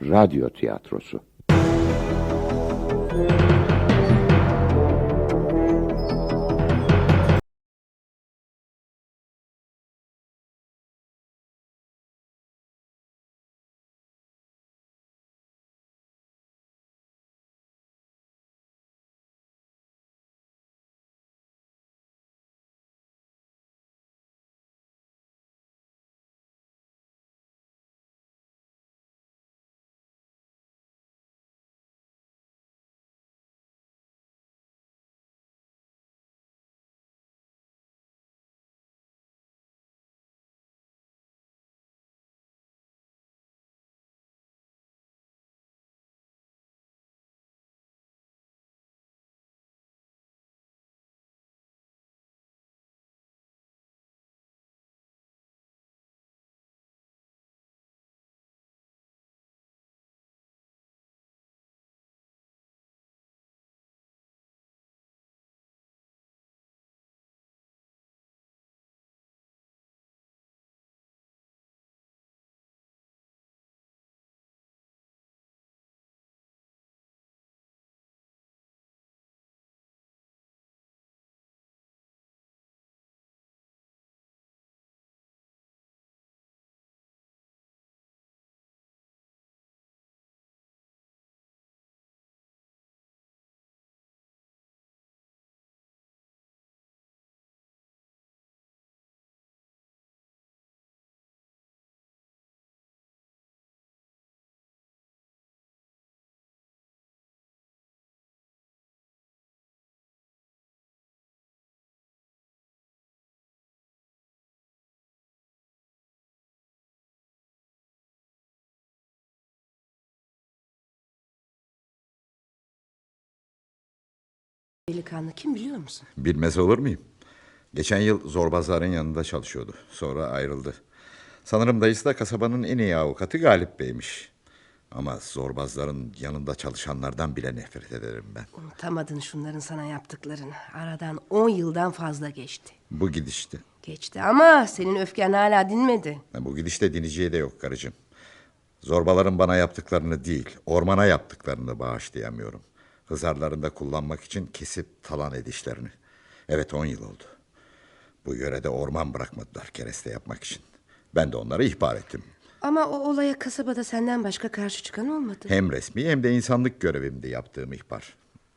radyo tiyatrosu. Delikanlı kim biliyor musun? Bilmez olur muyum? Geçen yıl Zorbazlar'ın yanında çalışıyordu. Sonra ayrıldı. Sanırım dayısı da kasabanın en iyi avukatı Galip Bey'miş. Ama Zorbazlar'ın yanında çalışanlardan bile nefret ederim ben. Unutamadın şunların sana yaptıklarını. Aradan 10 yıldan fazla geçti. Bu gidişte. Geçti ama senin öfken hala dinmedi. Bu gidişte dineceği de yok karıcığım. Zorbaların bana yaptıklarını değil, ormana yaptıklarını bağışlayamıyorum. Hızarlarında kullanmak için kesip talan edişlerini. Evet, 10 yıl oldu. Bu yörede orman bırakmadılar kereste yapmak için. Ben de onları ihbar ettim. Ama o olaya kasabada senden başka karşı çıkan olmadı. Hem resmi hem de insanlık görevimde yaptığım ihbar.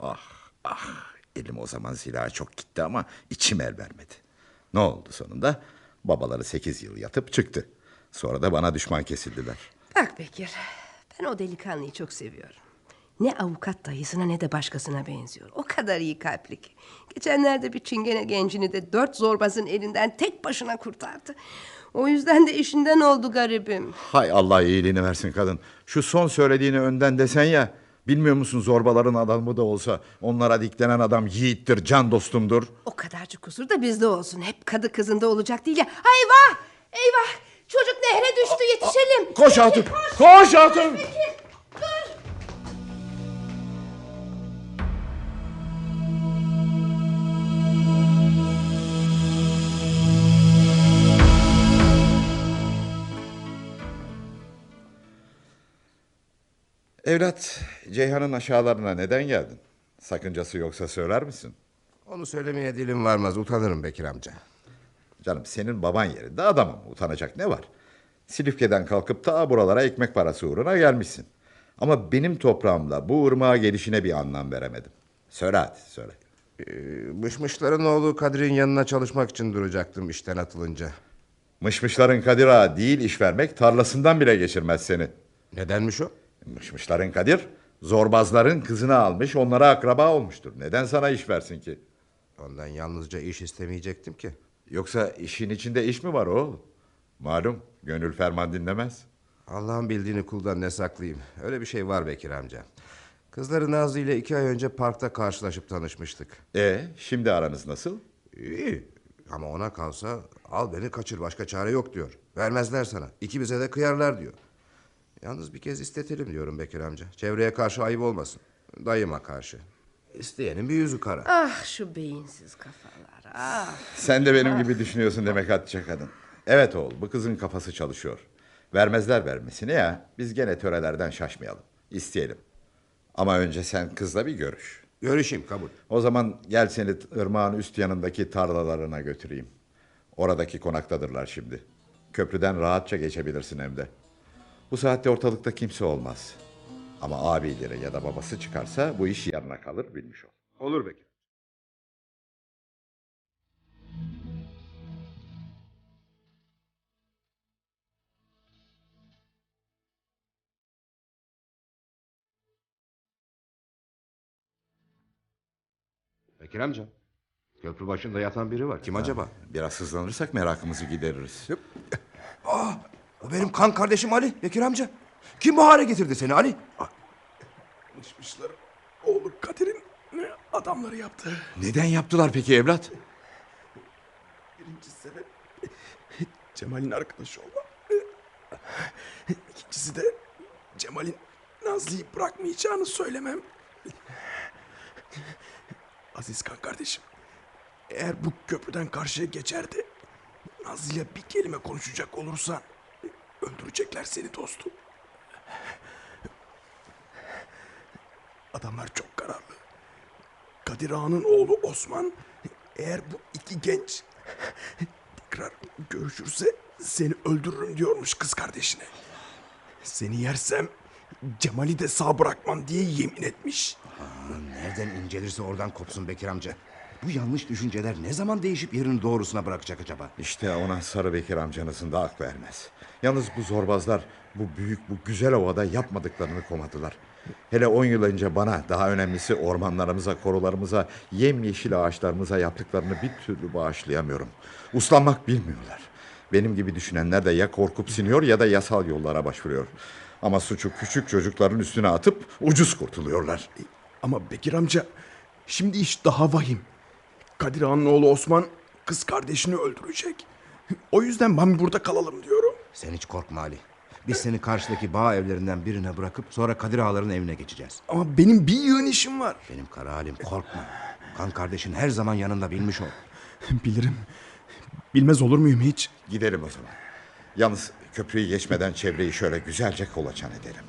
Elim o zaman silaha çok gitti ama içim el vermedi. Ne oldu sonunda? Babaları 8 yıl yatıp çıktı. Sonra da bana düşman kesildiler. Bak Bekir, ben o delikanlıyı çok seviyorum. Ne avukat dayısına ne de başkasına benziyor. O kadar iyi kalpli ki. Geçenlerde bir çingene gencini de 4 zorbazın elinden tek başına kurtardı. O yüzden de işinden oldu garibim. Hay Allah iyiliğini versin kadın. Şu son söylediğini önden desen ya. Bilmiyor musun, zorbaların adamı da olsa onlara diklenen adam yiğittir, can dostumdur. O kadarcık kusur da bizde olsun. Hep kadı kızında olacak değil ya. Eyvah! Eyvah! Çocuk nehre düştü, yetişelim. Koş hatun! Koş hatun! Dur! Evlat, Ceyhan'ın aşağılarına neden geldin? Sakıncası yoksa söyler misin? Onu söylemeye dilim varmaz, utanırım Bekir amca. Canım, senin baban yerinde adamım, utanacak ne var? Silifke'den kalkıp ta buralara ekmek parası uğruna gelmişsin. Ama benim toprağımda bu ırmağa gelişine bir anlam veremedim. Söyle hadi, söyle. Mışmışların oğlu Kadir'in yanına çalışmak için duracaktım işten atılınca. Mışmışların Kadir Ağa değil iş vermek, tarlasından bile geçirmez seni. Nedenmiş o? Mışmışların Kadir, zorbazların kızını almış, onlara akraba olmuştur. Neden sana iş versin ki? Ondan yalnızca iş istemeyecektim ki. Yoksa işin içinde iş mi var oğlum? Malum, gönül ferman dinlemez. Allah'ın bildiğini kuldan ne saklayayım. Öyle bir şey var Bekir amca. Kızları Nazlı ile 2 ay önce parkta karşılaşıp tanışmıştık. Şimdi aranız nasıl? İyi. Ama ona kalsa al beni kaçır, başka çare yok diyor. Vermezler sana. İkimize de kıyarlar diyor. Yalnız bir kez istetelim diyorum Bekir amca. Çevreye karşı ayıp olmasın. Dayıma karşı. İsteyenin bir yüzü kara. Ah şu beyinsiz kafalar. Ah. Sen de benim gibi düşünüyorsun demek Hatice kadın. Evet oğul, bu kızın kafası çalışıyor. Vermezler vermesini ya. Biz gene törelerden şaşmayalım. İsteyelim. Ama önce sen kızla bir görüş. Görüşeyim, kabul. O zaman gel seni ırmağın üst yanındaki tarlalarına götüreyim. Oradaki konaktadırlar şimdi. Köprüden rahatça geçebilirsin hem de. Bu saatte ortalıkta kimse olmaz. Ama abileri ya da babası çıkarsa bu iş yarına kalır, bilmiş ol. Olur Bekir. Bekir amca, köprü başında yatan biri var. Kim acaba? Biraz hızlanırsak merakımızı gideririz. O benim kan kardeşim Ali, Bekir amca. Kim bu hale getirdi seni Ali? Alışmışlar. Oğlu Kadir'in adamları yaptı. Neden yaptılar peki evlat? Birinci sebep Cemal'in arkadaşı olma. İkincisi de Cemal'in Nazlı'yı bırakmayacağını söylemem. Aziz kan kardeşim, eğer bu köprüden karşıya geçer de Nazlı'yla bir kelime konuşacak olursan öldürecekler seni dostum. Adamlar çok kararlı. Kadir Ağa'nın oğlu Osman, eğer bu iki genç tekrar görüşürse seni öldürürüm diyormuş kız kardeşine. Seni yersem Cemal'i de sağ bırakmam diye yemin etmiş. Nereden incelirse oradan kopsun Bekir amca. Bu yanlış düşünceler ne zaman değişip yerini doğrusuna bırakacak acaba? İşte ona Sarı Bekir amcanızın da aklı ermez. Yalnız bu zorbazlar bu büyük, bu güzel ovada yapmadıklarını komadılar. Hele 10 yıl önce bana, daha önemlisi ormanlarımıza, korularımıza, yemyeşil ağaçlarımıza yaptıklarını bir türlü bağışlayamıyorum. Uslanmak bilmiyorlar. Benim gibi düşünenler de ya korkup siniyor ya da yasal yollara başvuruyor. Ama suçu küçük çocukların üstüne atıp ucuz kurtuluyorlar. Ama Bekir amca, şimdi iş daha vahim. Kadir Ağa'nın oğlu Osman kız kardeşini öldürecek. O yüzden ben burada kalalım diyorum. Sen hiç korkma Ali. Biz seni karşıdaki bağ evlerinden birine bırakıp sonra Kadir Ağaların evine geçeceğiz. Ama benim bir yığın işim var. Benim kara halim, korkma. Kan kardeşin her zaman yanında, bilmiş ol. Bilirim. Bilmez olur muyum hiç? Gidelim o zaman. Yalnız köprüyü geçmeden çevreyi şöyle güzelce kolaçan edelim.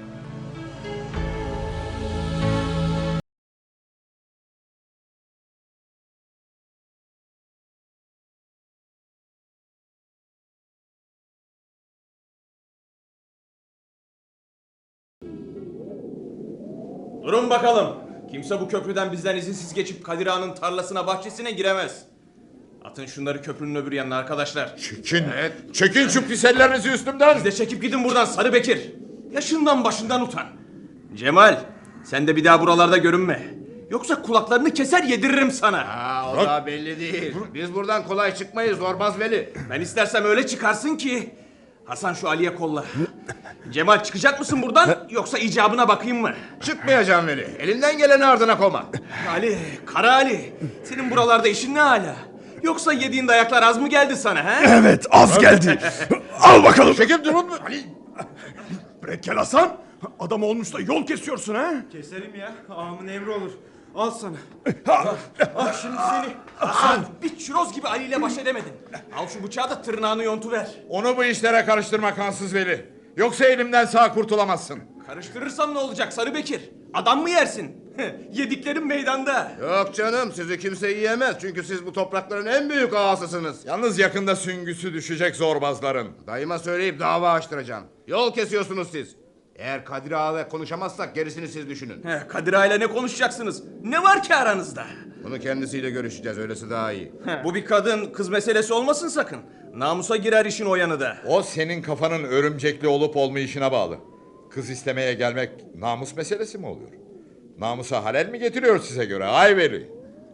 Durun bakalım. Kimse bu köprüden bizden izinsiz geçip Kadir Ağa'nın tarlasına, bahçesine giremez. Atın şunları köprünün öbür yanına arkadaşlar. Çekin, çekin şu pis ellerinizi üstümden. Siz de çekip gidin buradan Sarı Bekir. Yaşından başından utan. Cemal, sen de bir daha buralarda görünme. Yoksa kulaklarını keser yediririm sana. O da belli değil. Biz buradan kolay çıkmayız Zorbaz Veli. Ben istersem öyle çıkarsın ki. Hasan şu Ali'ye kolla. Cemal, çıkacak mısın buradan yoksa icabına bakayım mı? Çıkmayacağım Veli. Elinden geleni ardına koma. Ali, Kara Ali. Senin buralarda işin ne hala? Yoksa yediğin dayaklar az mı geldi sana he? Evet, az geldi. Al bakalım. Çekip durun. Brekkel Hasan, adam olmuş da yol kesiyorsun ha? Keselim ya. Ağamın emri olur. Al sana. Ha, Şimdi seni. Hasan, bir çiroz gibi Ali ile baş edemedin. Al şu bıçağı da tırnağını yontuver. Onu bu işlere karıştırma kansız Veli. Yoksa elimden sağ kurtulamazsın. Karıştırırsam ne olacak Sarı Bekir? Adam mı yersin? Yediklerim meydanda. Yok canım, sizi kimse yiyemez. Çünkü siz bu toprakların en büyük ağasısınız. Yalnız yakında süngüsü düşecek zorbazların. Dayıma söyleyip dava açtıracağım. Yol kesiyorsunuz siz. Eğer Kadir Ağa'yla konuşamazsak gerisini siz düşünün. Kadir Ağa'yla ne konuşacaksınız? Ne var ki aranızda? Bunu kendisiyle görüşeceğiz, öylesi daha iyi. Bu bir kadın kız meselesi olmasın sakın. Namusa girer işin o yanı da. O senin kafanın örümcekli olup olmayışına bağlı. Kız istemeye gelmek namus meselesi mi oluyor? Namusa halel mi getiriyor size göre? Ay Veli.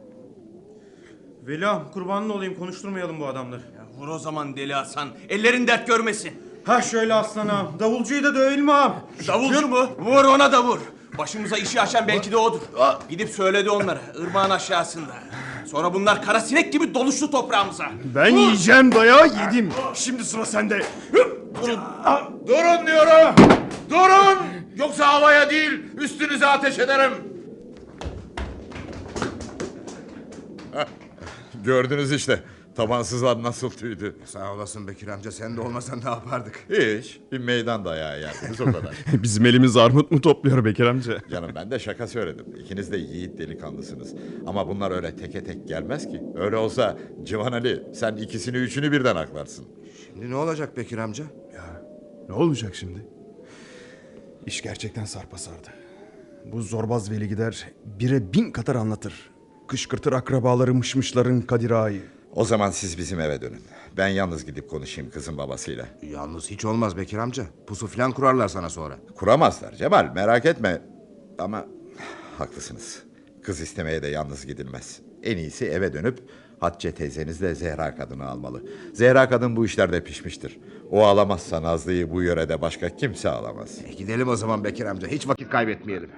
Veli ağam, kurbanın olayım, konuşturmayalım bu adamları. Vur o zaman Deli Hasan. Ellerin dert görmesin. Ha şöyle aslan ağam, davulcuyu da dövelim mi ağam? Davulcu mu? Vur ona da vur. Başımıza işi açan belki de odur. Gidip söyledi onlara ırmağın aşağısında. Sonra bunlar kara sinek gibi doluştu toprağımıza. ben yiyeceğim dayağı yedim. Şimdi sıra sende. Durun diyorum. Durun. Yoksa havaya değil üstünüze ateş ederim. Gördünüz işte. Tabansızlar nasıl tüydü? Sağ olasın Bekir amca, sen de olmasan ne yapardık? Hiç. Bir meydan dayağı yerdiniz o kadar. Bizim elimiz armut mu topluyor Bekir amca? Canım ben de şaka söyledim. İkiniz de yiğit delikanlısınız. Ama bunlar öyle teke tek gelmez ki. Öyle olsa Civan Ali sen ikisini üçünü birden aklarsın. Şimdi ne olacak Bekir amca? Ne olacak şimdi? İş gerçekten sarpa sardı. Bu zorbaz Veli gider 1'e 1000 kadar anlatır. Kışkırtır akrabaları mışmışların Kadir Ağa'yı. O zaman siz bizim eve dönün. Ben yalnız gidip konuşayım kızın babasıyla. Yalnız hiç olmaz Bekir amca. Pusu falan kurarlar sana sonra. Kuramazlar Cemal, merak etme. Ama haklısınız. Kız istemeye de yalnız gidilmez. En iyisi eve dönüp Hatice teyzenizle Zehra kadını almalı. Zehra kadın bu işlerde pişmiştir. O alamazsa Nazlı'yı bu yörede başka kimse alamaz. Gidelim o zaman Bekir amca. Hiç vakit kaybetmeyelim.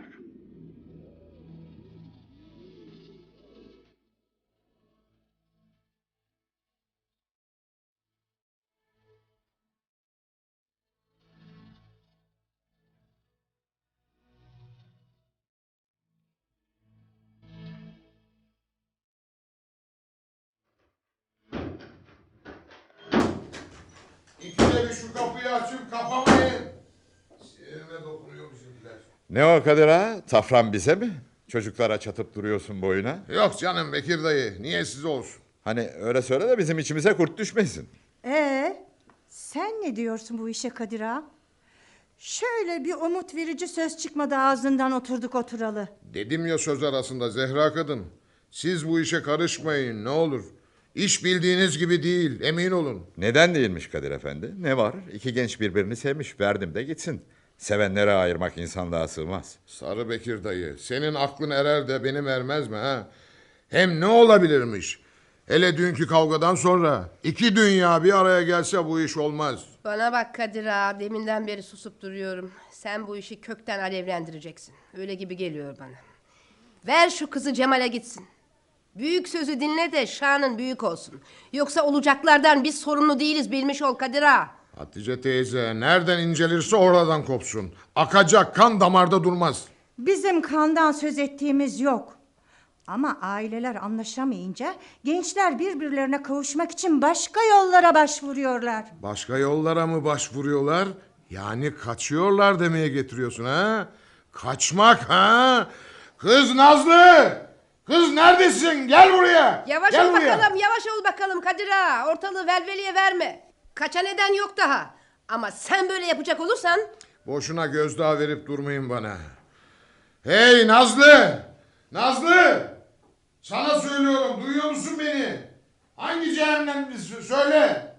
İkide bir şu kapıyı açıp kapamayın. Sinirime dokunuyor bizimkiler. Ne o Kadir ağa? Tafran bize mi? Çocuklara çatıp duruyorsun boyuna. Yok canım Bekir dayı. Niye size olsun? Hani öyle söyle de bizim içimize kurt düşmesin. Sen ne diyorsun bu işe Kadir ağa? Şöyle bir umut verici söz çıkmadı ağzından oturduk oturalı. Dedim ya söz arasında Zehra kadın. Siz bu işe karışmayın ne olur. İş bildiğiniz gibi değil, emin olun. Neden değilmiş Kadir Efendi? Ne var? İki genç birbirini sevmiş. Verdim de gitsin. Sevenlere ayırmak insanlığa sığmaz. Sarı Bekir dayı, senin aklın erer de benim ermez mi ha? Hem ne olabilirmiş? Hele dünkü kavgadan sonra iki dünya bir araya gelse bu iş olmaz. Bana bak Kadir ağa, deminden beri susup duruyorum. Sen bu işi kökten alevlendireceksin. Öyle gibi geliyor bana. Ver şu kızı Cemal'e gitsin. Büyük sözü dinle de şanın büyük olsun. Yoksa olacaklardan biz sorumlu değiliz, bilmiş ol Kadir ağa. Hatice teyze nereden incelirse oradan kopsun. Akacak kan damarda durmaz. Bizim kandan söz ettiğimiz yok. Ama aileler anlaşamayınca gençler birbirlerine kavuşmak için başka yollara başvuruyorlar. Başka yollara mı başvuruyorlar? Yani kaçıyorlar demeye getiriyorsun ha? Kaçmak ha? Kız Nazlı! Kız neredesin? Gel buraya. Yavaş Gel ol buraya. bakalım, yavaş ol bakalım Kadir ağa. Ortalığı velveliye verme. Kaça neden yok daha. Ama sen böyle yapacak olursan... Boşuna gözdağı verip durmayın bana. Hey Nazlı! Nazlı! Sana söylüyorum, duyuyor musun beni? Hangi cehennemdesin? Söyle.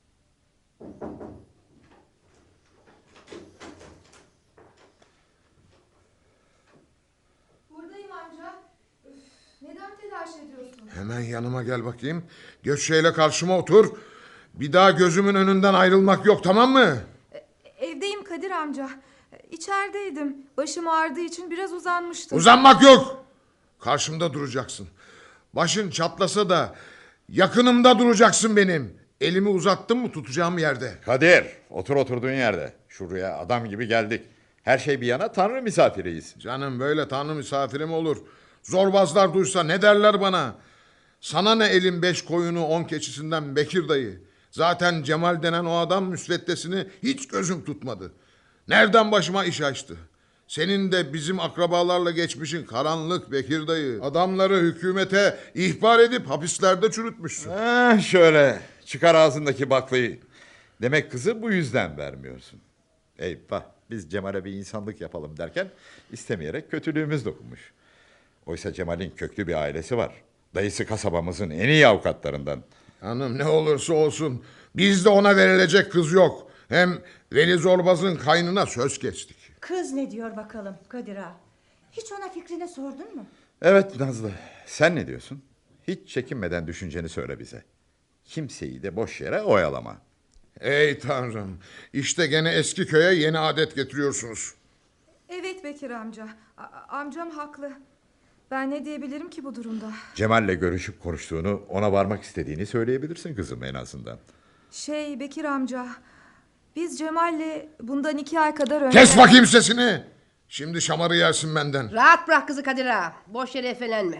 Buradayım amca. Üf, neden telaş ediyorsun? Hemen yanıma gel bakayım. Gökçe'yle karşıma otur. Bir daha gözümün önünden ayrılmak yok, tamam mı? Evdeyim Kadir amca. İçerideydim. Başım ağrıdığı için biraz uzanmıştım. Uzanmak yok. Karşımda duracaksın. Başın çatlasa da yakınımda duracaksın benim. Elimi uzattım mı tutacağım yerde. Kadir, otur oturduğun yerde. Şuraya adam gibi geldik. Her şey bir yana Tanrı misafiriyiz. Canım böyle Tanrı misafirim olur. Zorbazlar duysa ne derler bana? Sana ne elin 5 koyunu 10 keçisinden Bekir dayı. Zaten Cemal denen o adam müsveddesini hiç gözüm tutmadı. Nereden başıma iş açtı? Senin de bizim akrabalarla geçmişin karanlık Bekir dayı. Adamları hükümete ihbar edip hapislerde çürütmüşsün. Şöyle çıkar ağzındaki baklayı. Demek kızı bu yüzden vermiyorsun. Eyvah, biz Cemal'e bir insanlık yapalım derken istemeyerek kötülüğümüz dokunmuş. Oysa Cemal'in köklü bir ailesi var. Dayısı kasabamızın en iyi avukatlarından. Hanım ne olursa olsun bizde ona verilecek kız yok. Hem Veli Zorbaz'ın kaynına söz kestik. Kız ne diyor bakalım Kadir ağa? Hiç ona fikrini sordun mu? Evet Nazlı, sen ne diyorsun? Hiç çekinmeden düşünceni söyle bize. Kimseyi de boş yere oyalama. Ey Tanrım, işte gene eski köye yeni adet getiriyorsunuz. Evet Bekir amca. Amcam haklı. Ben ne diyebilirim ki bu durumda? Cemal'le görüşüp konuştuğunu, ona varmak istediğini söyleyebilirsin kızım en azından. Bekir amca. Biz Cemal'le bundan 2 ay kadar önce... Kes bakayım sesini. Şimdi şamarı yersin benden. Rahat bırak kızı Kadir ağa. Boş yere efelenme.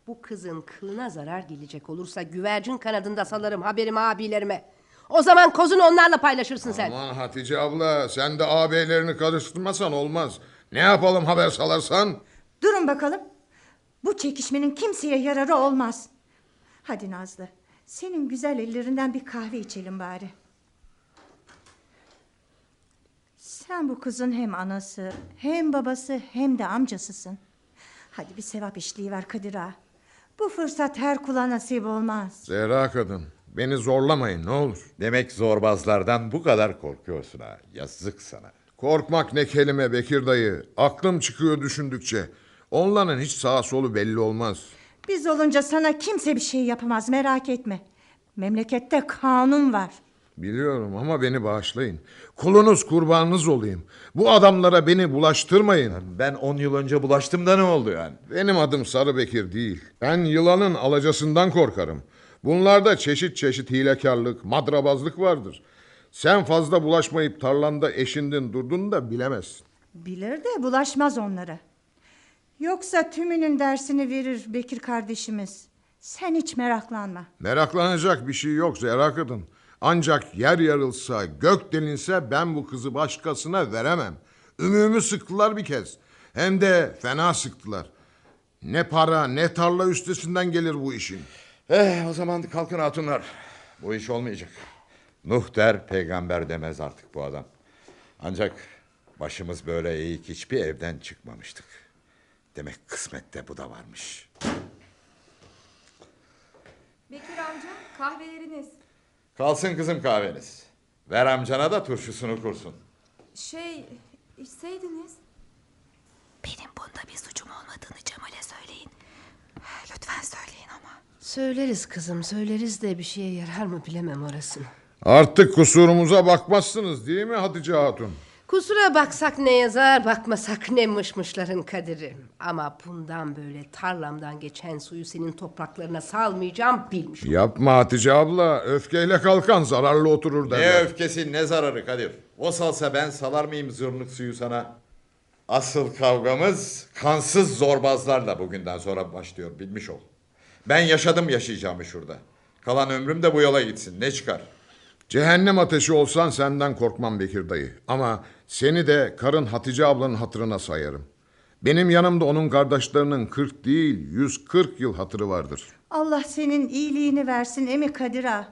Bu kızın kılına zarar gelecek olursa güvercin kanadında salarım haberimi abilerime. O zaman kozunu onlarla paylaşırsın sen. Aman Hatice abla, sen de ağabeylerini karıştırmasan olmaz. Ne yapalım haber salarsan? Durun bakalım. Bu çekişmenin kimseye yararı olmaz. Hadi Nazlı, senin güzel ellerinden bir kahve içelim bari. Sen bu kızın hem anası, hem babası, hem de amcasısın. Hadi bir sevap işleyiver Kadir ağa. Bu fırsat her kula nasip olmaz. Zehra kadın, beni zorlamayın ne olur. Demek zorbazlardan bu kadar korkuyorsun ha. Yazık sana. Korkmak ne kelime Bekir dayı. Aklım çıkıyor düşündükçe. Onların hiç sağa solu belli olmaz. Biz olunca sana kimse bir şey yapamaz, merak etme. Memlekette kanun var. Biliyorum ama beni bağışlayın. Kulunuz kurbanınız olayım. Bu adamlara beni bulaştırmayın. Ben 10 yıl önce bulaştım da ne oldu yani? Benim adım Sarı Bekir değil. Ben yılanın alacasından korkarım. Bunlarda çeşit çeşit hilekarlık, madrabazlık vardır. Sen fazla bulaşmayıp tarlanda eşindin durdun da bilemezsin. Bilir de bulaşmaz onlara. Yoksa tümünün dersini verir Bekir kardeşimiz. Sen hiç meraklanma. Meraklanacak bir şey yok Zehra kadın. Ancak yer yarılsa, gök delinse ben bu kızı başkasına veremem. Ümümü sıktılar bir kez. Hem de fena sıktılar. Ne para ne tarla üstesinden gelir bu işin. O zaman kalkın hatunlar. Bu iş olmayacak. Nuh der peygamber demez artık bu adam. Ancak başımız böyle eğik hiçbir evden çıkmamıştık. Demek kısmette bu da varmış. Bekir amca, kahveleriniz. Kalsın kızım kahveniz. Ver amcana da turşusunu kursun. İçseydiniz. Benim bunda bir suçum olmadığını Cemal'e söyleyin. Lütfen söyleyin ama. Söyleriz kızım söyleriz de bir şeye yarar mı bilemem orasını. Artık kusurumuza bakmazsınız değil mi Hatice Hatun? Kusura baksak ne yazar bakmasak ne mışmışların kaderi. Ama bundan böyle tarlamdan geçen suyu senin topraklarına salmayacağım bilmiş ol. Yapma Hatice abla. Öfkeyle kalkan zararlı oturur derler. Ne öfkesi ne zararı Kadir. O salsa ben salar mıyım zırnık suyu sana? Asıl kavgamız kansız zorbazlarla bugünden sonra başlıyor bilmiş ol. Ben yaşadım yaşayacağımı şurada. Kalan ömrüm de bu yola gitsin ne çıkar? Cehennem ateşi olsan senden korkmam Bekir dayı. Ama seni de karın Hatice ablanın hatırına sayarım. Benim yanımda onun kardeşlerinin 40 değil 140 yıl hatırı vardır. Allah senin iyiliğini versin emi Kadir ağa.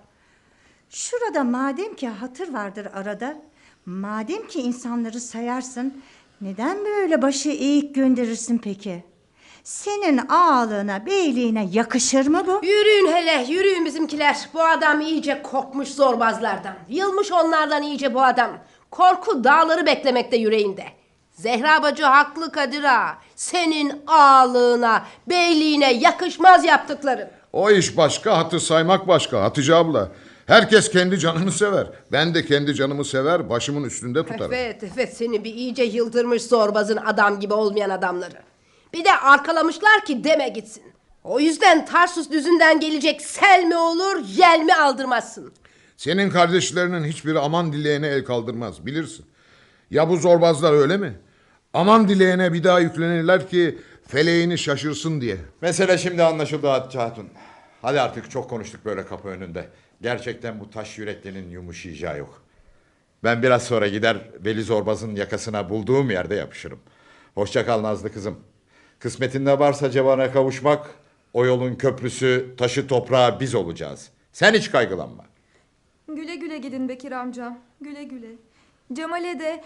Şurada madem ki hatır vardır arada, madem ki insanları sayarsın, neden böyle başı eğik gönderirsin peki? Senin ağalığına, beyliğine yakışır mı bu? Yürüyün hele yürüyün bizimkiler. Bu adam iyice korkmuş zorbazlardan. Yılmış onlardan iyice bu adam. Korku dağları beklemekte yüreğinde. Zehra bacı haklı Kadir ağa. Senin ağalığına, beyliğine yakışmaz yaptıkların. O iş başka, hatır saymak başka Hatice abla. Herkes kendi canını sever. Ben de kendi canımı sever, başımın üstünde tutarım. Evet seni bir iyice yıldırmış zorbazın adam gibi olmayan adamları. Bir de arkalamışlar ki deme gitsin. O yüzden Tarsus düzünden gelecek sel mi olur yel mi aldırmazsın. Senin kardeşlerinin hiçbiri aman dileyene el kaldırmaz bilirsin. Ya bu zorbazlar öyle mi? Aman dileyene bir daha yüklenirler ki feleğini şaşırsın diye. Mesele şimdi anlaşıldı Hatice Hatun. Hadi artık çok konuştuk böyle kapı önünde. Gerçekten bu taş yüreklinin yumuşayacağı yok. Ben biraz sonra gider Veli Zorbaz'ın yakasına bulduğum yerde yapışırım. Hoşça kal Nazlı kızım. Kısmetinde varsa cevana kavuşmak, o yolun köprüsü, taşı toprağı biz olacağız. Sen hiç kaygılanma. Güle güle gidin Bekir amcam. Güle güle. Cemal'e de...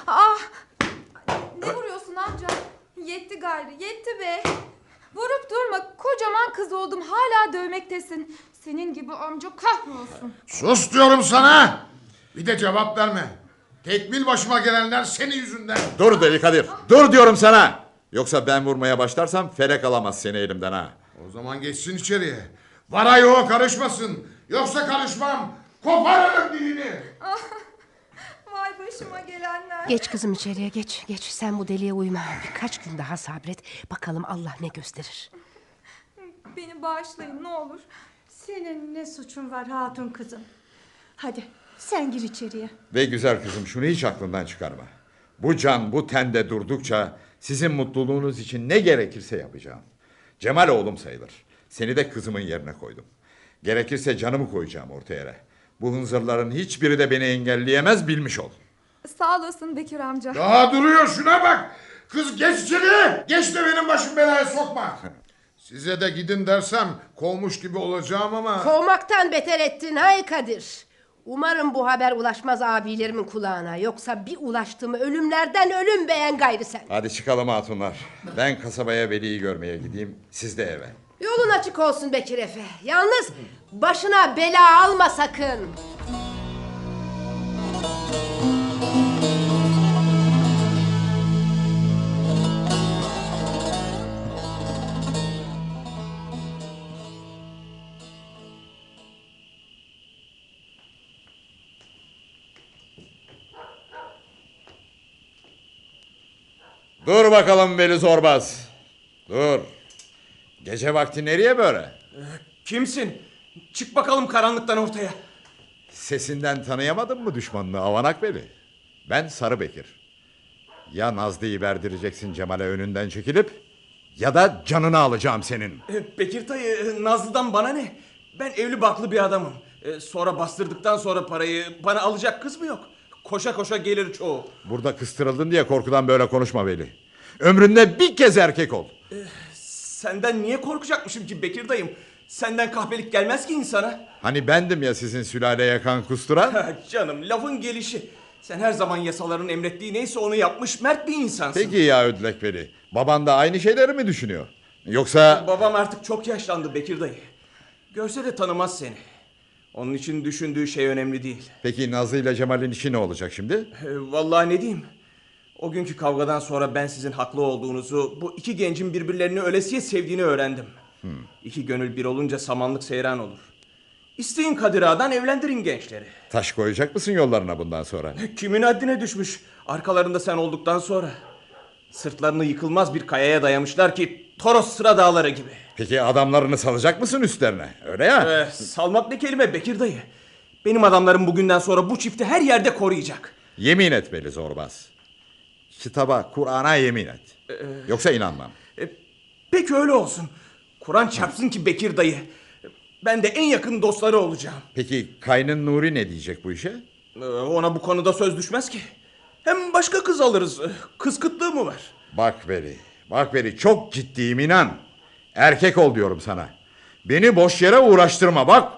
Ne vuruyorsun amca? Yetti gayrı, yetti be. Vurup durma. Kocaman kız oldum. Hala dövmektesin. Senin gibi amca kahrolsun. Sus diyorum sana. Bir de cevap verme. Tekmil başıma gelenler senin yüzünden. Dur Deli Kadir. Dur diyorum sana. Yoksa ben vurmaya başlarsam felek alamaz seni elimden ha. O zaman geçsin içeriye. Vara yoğa karışmasın. Yoksa karışmam. Koparırım dilini. Vay başıma gelenler. Geç kızım içeriye geç. Sen bu deliye uyma. Birkaç gün daha sabret. Bakalım Allah ne gösterir. Beni bağışlayın ne olur. Senin ne suçun var hatun kızım? Hadi sen gir içeriye. Ve güzel kızım şunu hiç aklından çıkarma. Bu can bu tende durdukça sizin mutluluğunuz için ne gerekirse yapacağım. Cemal oğlum sayılır. Seni de kızımın yerine koydum. Gerekirse canımı koyacağım orta yere. Bu hınzırların hiçbiri de beni engelleyemez, bilmiş ol. Sağ olasın Bekir amca. Daha duruyor, şuna bak. Kız geç içeri. Geç de benim başım belaya sokma. Size de gidin dersem kovmuş gibi olacağım ama... Kovmaktan beter ettin hay Kadir. Umarım bu haber ulaşmaz abilerimin kulağına. Yoksa bir ulaştı mı ölümlerden ölüm beğen gayrı sen. Hadi çıkalım hatunlar. Ben kasabaya Veli'yi görmeye gideyim. Siz de eve. Yolun açık olsun Bekir Efe. Yalnız başına bela alma sakın. Dur bakalım Veli Zorbaz. Dur. Gece vakti nereye böyle? Kimsin? Çık bakalım karanlıktan ortaya. Sesinden tanıyamadın mı düşmanını Avanak Veli? Ben Sarı Bekir. Ya Nazlı'yı verdireceksin Cemal'e önünden çekilip... ...ya da canını alacağım senin. Bekir dayı, Nazlı'dan bana ne? Ben evli barklı bir adamım. Sonra bastırdıktan sonra parayı bana alacak kız mı yok? Koşa koşa gelir çoğu. Burada kıstırıldın diye korkudan böyle konuşma Veli. Ömründe bir kez erkek ol. Senden niye korkacakmışım ki Bekir dayım? Senden kahpelik gelmez ki insana. Hani bendim ya sizin sülaleye kan kusturan? Canım, lafın gelişi. Sen her zaman yasaların emrettiği neyse onu yapmış mert bir insansın. Peki ya Ödlek Veli. Baban da aynı şeyleri mi düşünüyor? Yoksa... Babam artık çok yaşlandı Bekir dayı. Görse de tanımaz seni. Onun için düşündüğü şey önemli değil. Peki Nazlı ile Cemal'in işi ne olacak şimdi? Vallahi ne diyeyim? O günkü kavgadan sonra ben sizin haklı olduğunuzu, bu iki gencin birbirlerini ölesiye sevdiğini öğrendim. İki gönül bir olunca samanlık seyran olur. İsteyin Kadir Ağa'dan evlendirin gençleri. Taş koyacak mısın yollarına bundan sonra? Kimin haddine düşmüş? Arkalarında sen olduktan sonra. Sırtlarını yıkılmaz bir kayaya dayamışlar ki Toros Sıra Dağları gibi. Peki adamlarını salacak mısın üstlerine? Öyle ya. Salmak ne kelime Bekir dayı. Benim adamlarım bugünden sonra bu çifti her yerde koruyacak. Yemin et Veli Zorbaz. Kitaba, Kur'an'a yemin et. Yoksa inanmam. Peki öyle olsun. Kur'an çarpsın ki Bekir dayı. Ben de en yakın dostları olacağım. Peki kaynın Nuri ne diyecek bu işe? Ona bu konuda söz düşmez ki. Hem başka kız alırız. Kız kıtlığı mı var? Bak Veli, bak Veli, çok ciddiyim inan. Erkek ol diyorum sana. Beni boş yere uğraştırma bak.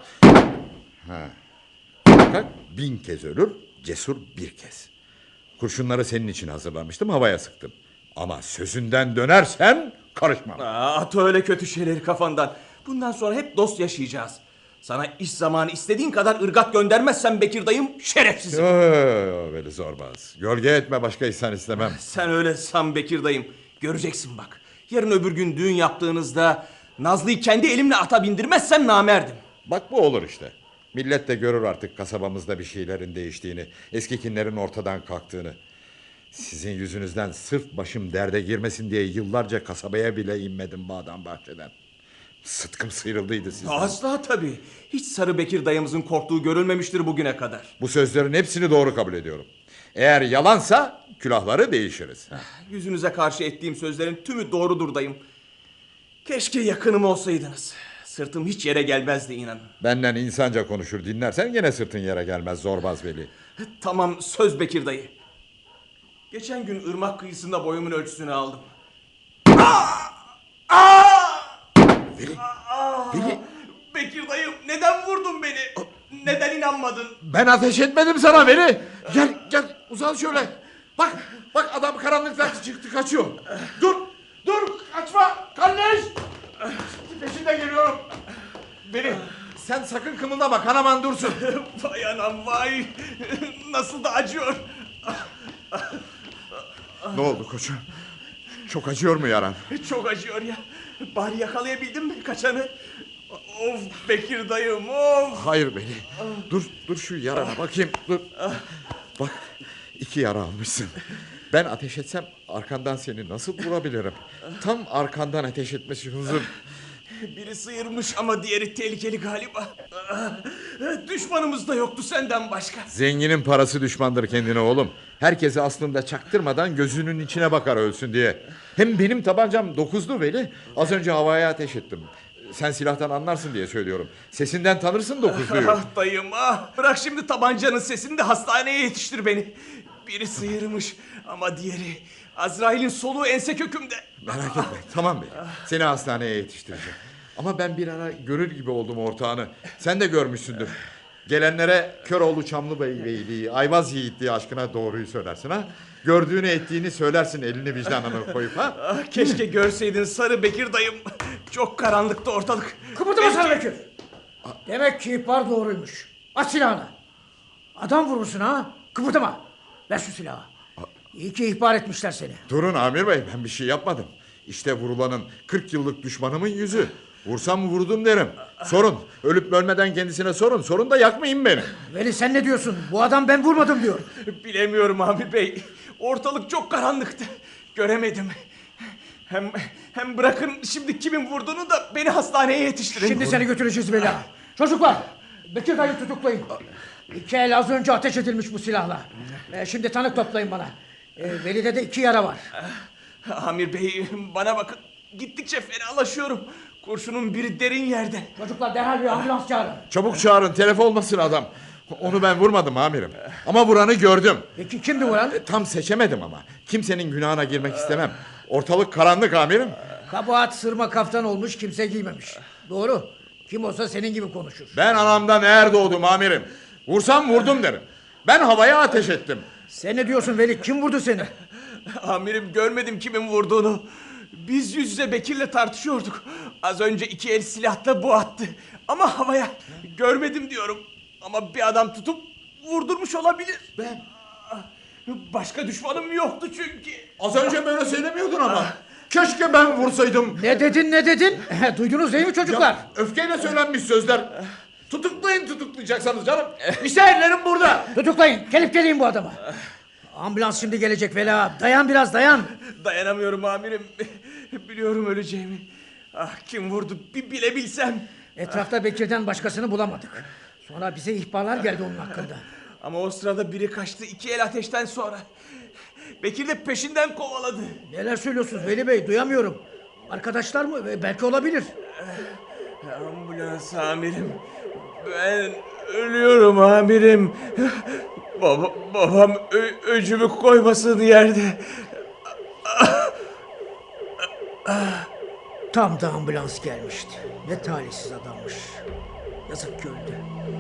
Fakat 1000 kez ölür, cesur bir kez. Kurşunları senin için hazırlamıştım, havaya sıktım. Ama sözünden dönersen karışmam. At öyle kötü şeyleri kafandan. Bundan sonra hep dost yaşayacağız. Sana iş zamanı istediğin kadar ırgat göndermezsen Bekir dayım şerefsizim. Veli Zorbaz. Gölge etme, başka ihsan istemem. Sen öyle san Bekir dayım. Göreceksin bak. Yarın öbür gün düğün yaptığınızda Nazlı'yı kendi elimle ata bindirmezsem namerdim. Bak bu olur işte. Millet de görür artık kasabamızda bir şeylerin değiştiğini, eski kinlerin ortadan kalktığını. Sizin yüzünüzden sırf başım derde girmesin diye yıllarca kasabaya bile inmedim bağdan bahçeden. Sıtkım sıyrıldıydı sizden. Asla tabii. Hiç Sarı Bekir dayımızın korktuğu görülmemiştir bugüne kadar. Bu sözlerin hepsini doğru kabul ediyorum. Eğer yalansa külahları değişiriz. Yüzünüze karşı ettiğim sözlerin tümü doğrudur dayım. Keşke yakınım olsaydınız. Sırtım hiç yere gelmezdi inanın. Benden insanca konuşur dinlersen gene sırtın yere gelmez Zorbaz Veli. Tamam söz Bekir dayı. Geçen gün ırmak kıyısında boyumun ölçüsünü aldım. Veli, Veli. Bekir dayım neden vurdun beni? Neden inanmadın? Ben ateş etmedim sana Veli. Gel uzan şöyle. Bak adam karanlıktan çıktı kaçıyor. Dur kaçma kardeş. Peşinden geliyorum. Veli sen sakın kımıldama, kanaman dursun. Vay anam vay. Nasıl da acıyor. Ne oldu koçum? Çok acıyor mu yaran? Çok acıyor ya. Bari yakalayabildim mi kaçanı? Of Bekir dayım of. Hayır Veli. Dur şu yarana bakayım. Dur. Bak 2 yara almışsın. Ben ateş etsem arkandan seni nasıl vurabilirim? Tam arkandan ateş etmesi huzur. Biri sıyırmış ama diğeri tehlikeli galiba. Düşmanımız da yoktu senden başka. Zenginin parası düşmandır kendine oğlum. Herkese aslında çaktırmadan gözünün içine bakar ölsün diye. Hem benim tabancam 9'lu Veli. Az önce havaya ateş ettim. Sen silahtan anlarsın diye söylüyorum. Sesinden tanırsın 9'luyu. Ah dayım ah. Bırak şimdi tabancanın sesini de hastaneye yetiştir beni. Biri sıyırmış ama diğeri Azrail'in soluğu ense kökümde. Merak etme tamam bey. Seni hastaneye yetiştireceğim. Ama ben bir ara görür gibi oldum ortağını. Sen de görmüşsündür. Gelenlere Köroğlu Çamlıbey Beyliği, Ayvaz Yiğitliği aşkına doğruyu söylersin ha. Gördüğünü ettiğini söylersin elini vicdanına koyup ha. Ah, keşke görseydin Sarı Bekir dayım. Çok karanlıkta ortalık. Kıpırdama Sarı Bekir. Demek ki ihbar doğruymuş. At silahını. Adam vurursun ha. Kıpırdama. Ver şu silahı. İyi ki ihbar etmişler seni. Durun Amir Bey ben bir şey yapmadım. İşte vurulanın 40 yıllık düşmanımın yüzü. Vursam vurdum derim. Sorun. Ölüp ölmeden kendisine sorun. Sorun da yakmayın beni. Veli sen ne diyorsun? Bu adam ben vurmadım diyor. Bilemiyorum Amir Bey. Ortalık çok karanlıktı. Göremedim. Hem bırakın şimdi kimin vurduğunu da beni hastaneye yetiştirin. Şimdi seni götüreceğiz Veli ağa. Çocuklar Bekir dayı tutuklayın. 2 el az önce ateş edilmiş bu silahla. Şimdi tanık toplayın bana. Veli'de de 2 yara var. Amir Bey bana bakın. Gittikçe fenalaşıyorum. Kurşunun biri derin yerde. Çocuklar derhal bir ambulans çağırın. Çabuk çağırın telef olmasın adam. Onu ben vurmadım amirim. Ama vuranı gördüm. Peki kimdi vuran? Tam seçemedim ama. Kimsenin günahına girmek istemem. Ortalık karanlık amirim. Kabahat sırma kaftan olmuş kimse giymemiş. Doğru. Kim olsa senin gibi konuşur. Ben anamdan eğer doğdum amirim. Vursam vurdum derim. Ben havaya ateş ettim. Sen ne diyorsun Veli? Kim vurdu seni? Amirim görmedim kimin vurduğunu. Biz yüz yüze Bekir'le tartışıyorduk. Az önce 2 el silahla bu attı. Ama havaya görmedim diyorum. Ama bir adam tutup vurdurmuş olabilir. Ben? Başka düşmanım yoktu çünkü. Az önce böyle söylemiyordun ama. Keşke ben vursaydım. Ne dedin? Duydunuz değil mi çocuklar? Ya, öfkeyle söylenmiş sözler. Tutuklayın tutuklayacaksanız canım. İşte ellerim burada. Tutuklayın. Kelepçeleyin bu adamı. Ambulans şimdi gelecek Veli ağa. Dayan biraz dayan. Dayanamıyorum amirim. Biliyorum öleceğimi. Ah kim vurdu bir bilebilsem. Etrafta Bekir'den başkasını bulamadık. Sonra bize ihbarlar geldi onun hakkında. Ama o sırada biri kaçtı 2 el ateşten sonra. Bekir de peşinden kovaladı. Neler söylüyorsunuz Veli Bey? Duyamıyorum. Arkadaşlar mı? Belki olabilir. Ambulans amirim. Ben ölüyorum amirim. Babam öcümü koymasın yerde. Tam da ambulans gelmişti. Ne talihsiz adammış. Yazık ki öldü.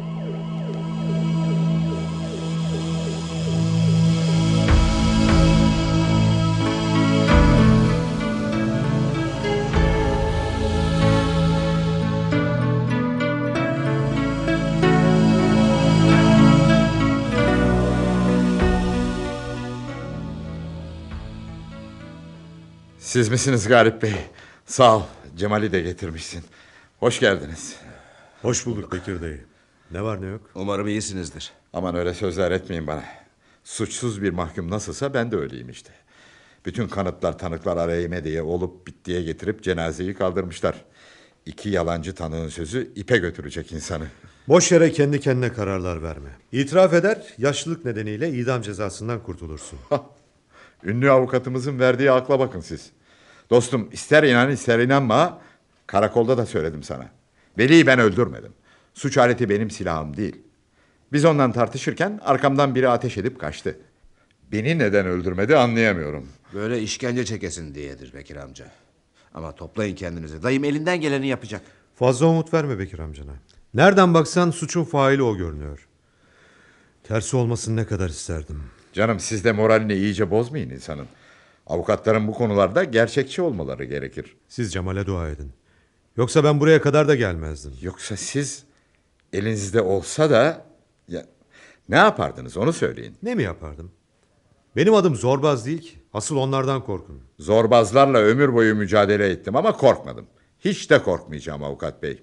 Siz misiniz Galip Bey? Sağ ol. Cemal'i de getirmişsin. Hoş geldiniz. Hoş bulduk Bekir dayı. Ne var ne yok? Umarım iyisinizdir. Aman öyle sözler etmeyin bana. Suçsuz bir mahkum nasılsa ben de öyleyim işte. Bütün kanıtlar tanıklar aleyhime diye olup bittiye getirip cenazeyi kaldırmışlar. 2 yalancı tanığın sözü ipe götürecek insanı. Boş yere kendi kendine kararlar verme. İtiraf eder, yaşlılık nedeniyle idam cezasından kurtulursun. Ünlü avukatımızın verdiği akla bakın siz. Dostum ister inan ister inanma, karakolda da söyledim sana. Veli'yi ben öldürmedim. Suç aleti benim silahım değil. Biz ondan tartışırken arkamdan biri ateş edip kaçtı. Beni neden öldürmedi anlayamıyorum. Böyle işkence çekesin diyedir Bekir amca. Ama toplayın kendinizi. Dayım elinden geleni yapacak. Fazla umut verme Bekir amcana. Nereden baksan suçun faili o görünüyor. Tersi olmasını ne kadar isterdim. Canım siz de moralini iyice bozmayın insanın. Avukatların bu konularda gerçekçi olmaları gerekir. Siz Cemal'e dua edin. Yoksa ben buraya kadar da gelmezdim. Yoksa siz elinizde olsa da ya, ne yapardınız onu söyleyin. Ne mi yapardım? Benim adım Zorbaz değil ki. Asıl onlardan korkun. Zorbazlarla ömür boyu mücadele ettim ama korkmadım. Hiç de korkmayacağım avukat bey.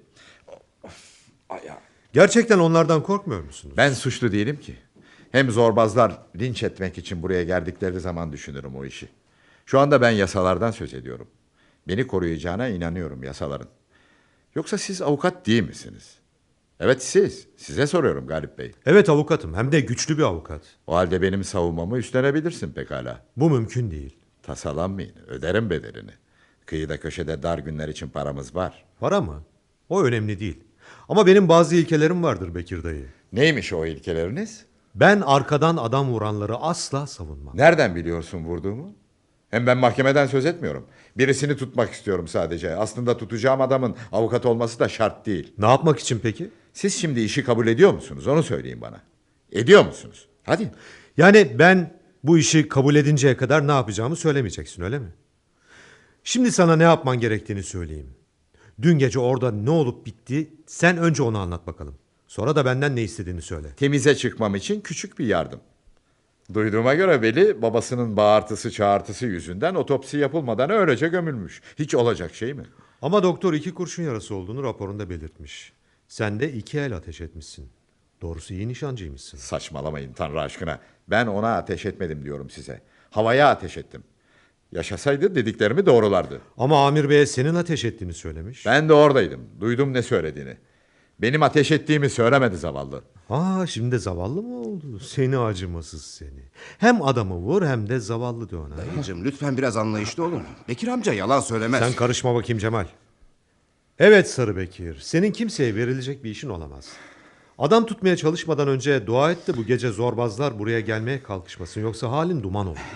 Gerçekten onlardan korkmuyor musunuz? Ben suçlu değilim ki. Hem zorbazlar linç etmek için buraya geldikleri zaman düşünürüm o işi. Şu anda ben yasalardan söz ediyorum. Beni koruyacağına inanıyorum yasaların. Yoksa siz avukat değil misiniz? Evet siz. Size soruyorum Galip Bey. Evet avukatım, hem de güçlü bir avukat. O halde benim savunmamı üstlenebilirsin pekala. Bu mümkün değil. Tasalanmayın. Öderim bedelini. Kıyıda köşede dar günler için paramız var. Para mı? O önemli değil. Ama benim bazı ilkelerim vardır Bekir dayı. Neymiş o ilkeleriniz? Ben arkadan adam vuranları asla savunmam. Nereden biliyorsun vurduğumu? Hem ben mahkemeden söz etmiyorum. Birisini tutmak istiyorum sadece. Aslında tutacağım adamın avukat olması da şart değil. Ne yapmak için peki? Siz şimdi işi kabul ediyor musunuz? Onu söyleyin bana. Ediyor musunuz? Hadi. Yani ben bu işi kabul edinceye kadar ne yapacağımı söylemeyeceksin, öyle mi? Şimdi sana ne yapman gerektiğini söyleyeyim. Dün gece orada ne olup bitti, sen önce onu anlat bakalım. Sonra da benden ne istediğini söyle. Temize çıkmam için küçük bir yardım. Duyduğuma göre Veli babasının bağırtısı çağırtısı yüzünden otopsi yapılmadan öylece gömülmüş. Hiç olacak şey mi? Ama doktor 2 kurşun yarası olduğunu raporunda belirtmiş. Sen de 2 el ateş etmişsin. Doğrusu iyi nişancıymışsın. Saçmalamayın Tanrı aşkına. Ben ona ateş etmedim diyorum size. Havaya ateş ettim. Yaşasaydı dediklerimi doğrulardı. Ama Amir Bey'e senin ateş ettiğini söylemiş. Ben de oradaydım. Duydum ne söylediğini. Benim ateş ettiğimi söylemedi zavallı. Şimdi de zavallı mı oldu? Seni acımasız seni. Hem adamı vur hem de zavallı de ona. Dayıcığım lütfen biraz anlayışlı olun. Bekir amca yalan söylemez. Sen karışma bakayım Cemal. Evet Sarı Bekir, senin kimseye verilecek bir işin olamaz. Adam tutmaya çalışmadan önce dua et de bu gece zorbazlar buraya gelmeye kalkışmasın. Yoksa halin duman olur.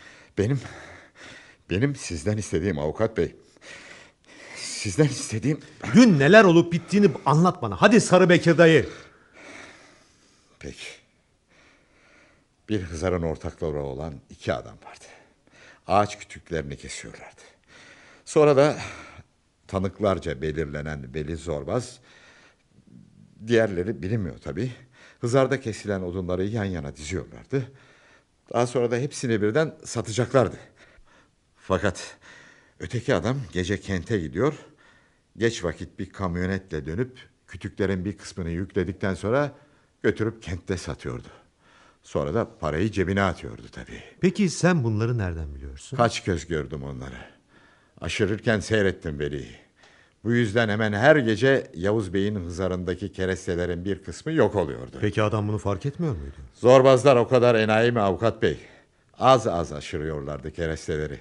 Benim sizden istediğim avukat bey. Sizden istediğim... Dün neler olup bittiğini anlat bana. Hadi Sarı Bekir dayı. Peki. Bir hızarın ortakları olan 2 adam vardı. Ağaç kütüklerini kesiyorlardı. Sonra da tanıklarca belirlenen Veli Zorbaz, diğerleri bilinmiyor tabii, hızarda kesilen odunları yan yana diziyorlardı. Daha sonra da hepsini birden satacaklardı. Fakat öteki adam gece kente gidiyor, geç vakit bir kamyonetle dönüp kütüklerin bir kısmını yükledikten sonra götürüp kentte satıyordu. Sonra da parayı cebine atıyordu tabii. Peki sen bunları nereden biliyorsun? Kaç göz gördüm onları. Aşırırken seyrettim Veli'yi. Bu yüzden hemen her gece Yavuz Bey'in hızarındaki kerestelerin bir kısmı yok oluyordu. Peki adam bunu fark etmiyor muydu? Zorbazlar o kadar enayi mi avukat bey? Az az aşırıyorlardı keresteleri.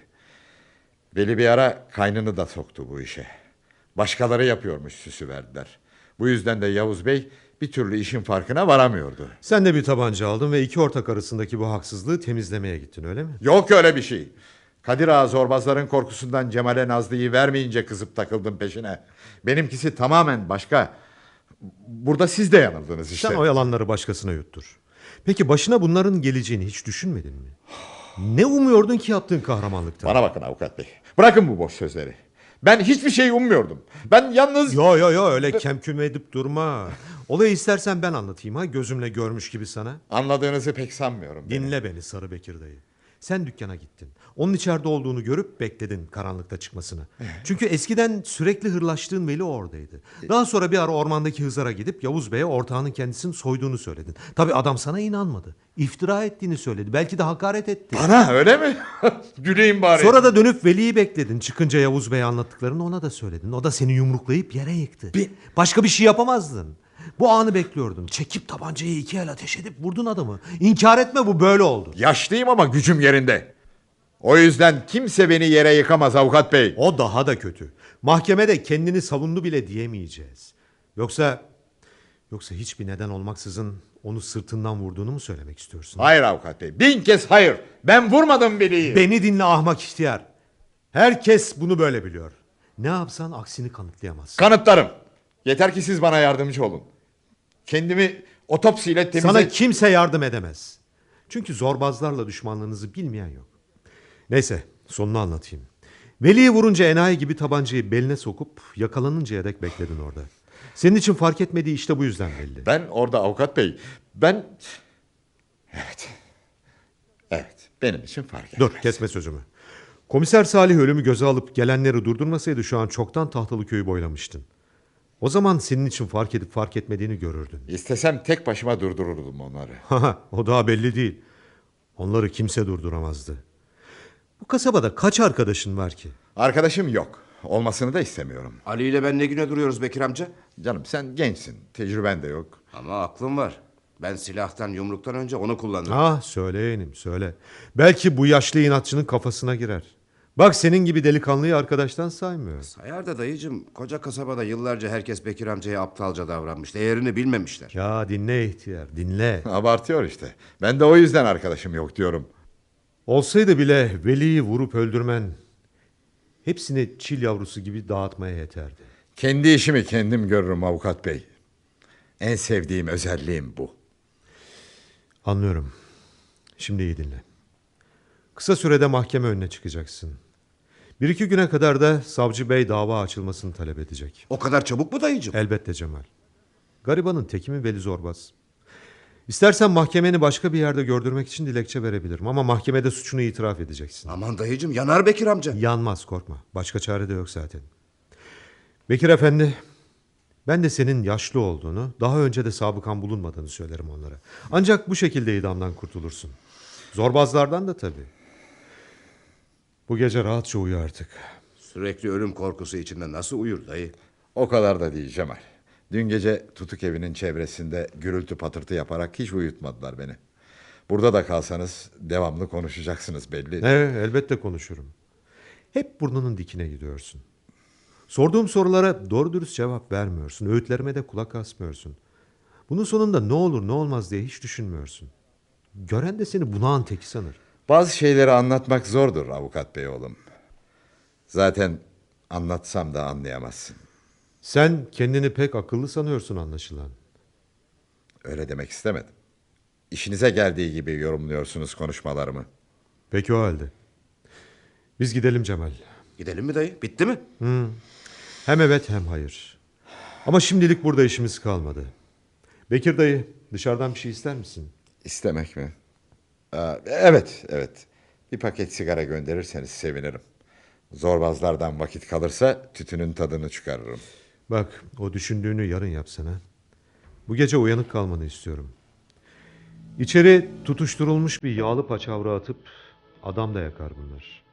Veli bir ara kaynını da soktu bu işe. Başkaları yapıyormuş süsü verdiler. Bu yüzden de Yavuz Bey bir türlü işin farkına varamıyordu. Sen de bir tabanca aldın ve 2 ortak arasındaki bu haksızlığı temizlemeye gittin, öyle mi? Yok öyle bir şey. Kadir Ağa zorbazların korkusundan Cemal'e Nazlı'yı vermeyince kızıp takıldım peşine. Benimkisi tamamen başka. Burada siz de yanıldınız işte. Sen o yalanları başkasına yuttur. Peki başına bunların geleceğini hiç düşünmedin mi? Ne umuyordun ki yaptığın kahramanlıktan? Bana bakın avukat bey. Bırakın bu boş sözleri. Ben hiçbir şey ummuyordum. Ben yalnız... Yo öyle kemküm edip durma. Olayı istersen ben anlatayım ha, gözümle görmüş gibi sana. Anladığınızı pek sanmıyorum. Dinle beni Sarı Bekir dayı. Sen dükkana gittin. Onun içeride olduğunu görüp bekledin karanlıkta çıkmasını. Çünkü eskiden sürekli hırlaştığın Veli oradaydı. Daha sonra bir ara ormandaki hızara gidip Yavuz Bey'e ortağının kendisini soyduğunu söyledin. Tabii adam sana inanmadı. İftira ettiğini söyledi. Belki de hakaret etti. Bana öyle mi? Güleyim bari. Sonra da dönüp Veli'yi bekledin. Çıkınca Yavuz Bey'e anlattıklarını ona da söyledin. O da seni yumruklayıp yere yıktı. Başka bir şey yapamazdın. Bu anı bekliyordun. Çekip tabancayı 2 el ateş edip vurdun adamı. İnkar etme, bu böyle oldu. Yaşlıyım ama gücüm yerinde. O yüzden kimse beni yere yıkamaz avukat bey. O daha da kötü. Mahkemede kendini savundu bile diyemeyeceğiz. Yoksa hiçbir neden olmaksızın onu sırtından vurduğunu mu söylemek istiyorsun? Hayır avukat bey. 1000 kez hayır. Ben vurmadım Veli'yi. Beni dinle ahmak ihtiyar. Herkes bunu böyle biliyor. Ne yapsan aksini kanıtlayamazsın. Kanıtlarım. Yeter ki siz bana yardımcı olun. Kendimi otopsiyle temize... Sana kimse yardım edemez. Çünkü zorbazlarla düşmanlığınızı bilmeyen yok. Neyse, sonunu anlatayım. Veli'yi vurunca enayi gibi tabancayı beline sokup yakalanıncaya dek bekledin orada. Senin için fark etmediği işte bu yüzden belli. Ben orada avukat bey. Evet, benim için fark etmez. Dur, kesme sözümü. Komiser Salih ölümü göze alıp gelenleri durdurmasaydı şu an çoktan Tahtalıköy'ü boylamıştın. O zaman senin için fark edip fark etmediğini görürdün. İstesem tek başıma durdururdum onları. O daha belli değil. Onları kimse durduramazdı. Bu kasabada kaç arkadaşın var ki? Arkadaşım yok. Olmasını da istemiyorum. Ali ile ben ne güne duruyoruz Bekir amca? Canım sen gençsin. Tecrüben de yok. Ama aklım var. Ben silahtan yumruktan önce onu kullanırım. Ah söyle yeğenim söyle. Belki bu yaşlı inatçının kafasına girer. Bak senin gibi delikanlıyı arkadaştan saymıyor. Sayar da dayıcım, koca kasabada yıllarca herkes Bekir amcaya aptalca davranmış. Değerini bilmemişler. Ya dinle ihtiyar dinle. Abartıyor işte. Ben de o yüzden arkadaşım yok diyorum. Olsaydı bile Veli'yi vurup öldürmen hepsini çil yavrusu gibi dağıtmaya yeterdi. Kendi işimi kendim görürüm avukat bey. En sevdiğim özelliğim bu. Anlıyorum. Şimdi iyi dinle. Kısa sürede mahkeme önüne çıkacaksın. 1-2 güne kadar da savcı bey dava açılmasını talep edecek. O kadar çabuk mu dayıcım? Elbette Cemal. Garibanın teki mi Veli Zorbaz. İstersen mahkemeni başka bir yerde gördürmek için dilekçe verebilirim. Ama mahkemede suçunu itiraf edeceksin. Aman dayıcım, yanar Bekir amca. Yanmaz, korkma. Başka çare de yok zaten. Bekir efendi, ben de senin yaşlı olduğunu, daha önce de sabıkan bulunmadığını söylerim onlara. Ancak bu şekilde idamdan kurtulursun. Zorbazlardan da tabii. Bu gece rahatça uyu artık. Sürekli ölüm korkusu içinde nasıl uyur dayı? O kadar da değil Cemal. Dün gece tutuk evinin çevresinde gürültü patırtı yaparak hiç uyutmadılar beni. Burada da kalsanız devamlı konuşacaksınız belli. Evet, elbette konuşurum. Hep burnunun dikine gidiyorsun. Sorduğum sorulara doğru dürüst cevap vermiyorsun. Öğütlerime de kulak asmıyorsun. Bunun sonunda ne olur ne olmaz diye hiç düşünmüyorsun. Gören de seni bunağın teki sanır. Bazı şeyleri anlatmak zordur avukat bey oğlum. Zaten anlatsam da anlayamazsın. Sen kendini pek akıllı sanıyorsun anlaşılan. Öyle demek istemedim. İşinize geldiği gibi yorumluyorsunuz konuşmalarımı. Peki o halde. Biz gidelim Cemal. Gidelim mi dayı? Bitti mi? Hem evet hem hayır. Ama şimdilik burada işimiz kalmadı. Bekir dayı, dışarıdan bir şey ister misin? İstemek mi? Evet. Bir paket sigara gönderirseniz sevinirim. Zorbazlardan vakit kalırsa tütünün tadını çıkarırım. Bak, o düşündüğünü yarın yapsana. Bu gece uyanık kalmanı istiyorum. İçeri tutuşturulmuş bir yağlı paçavra atıp adam da yakar bunlar.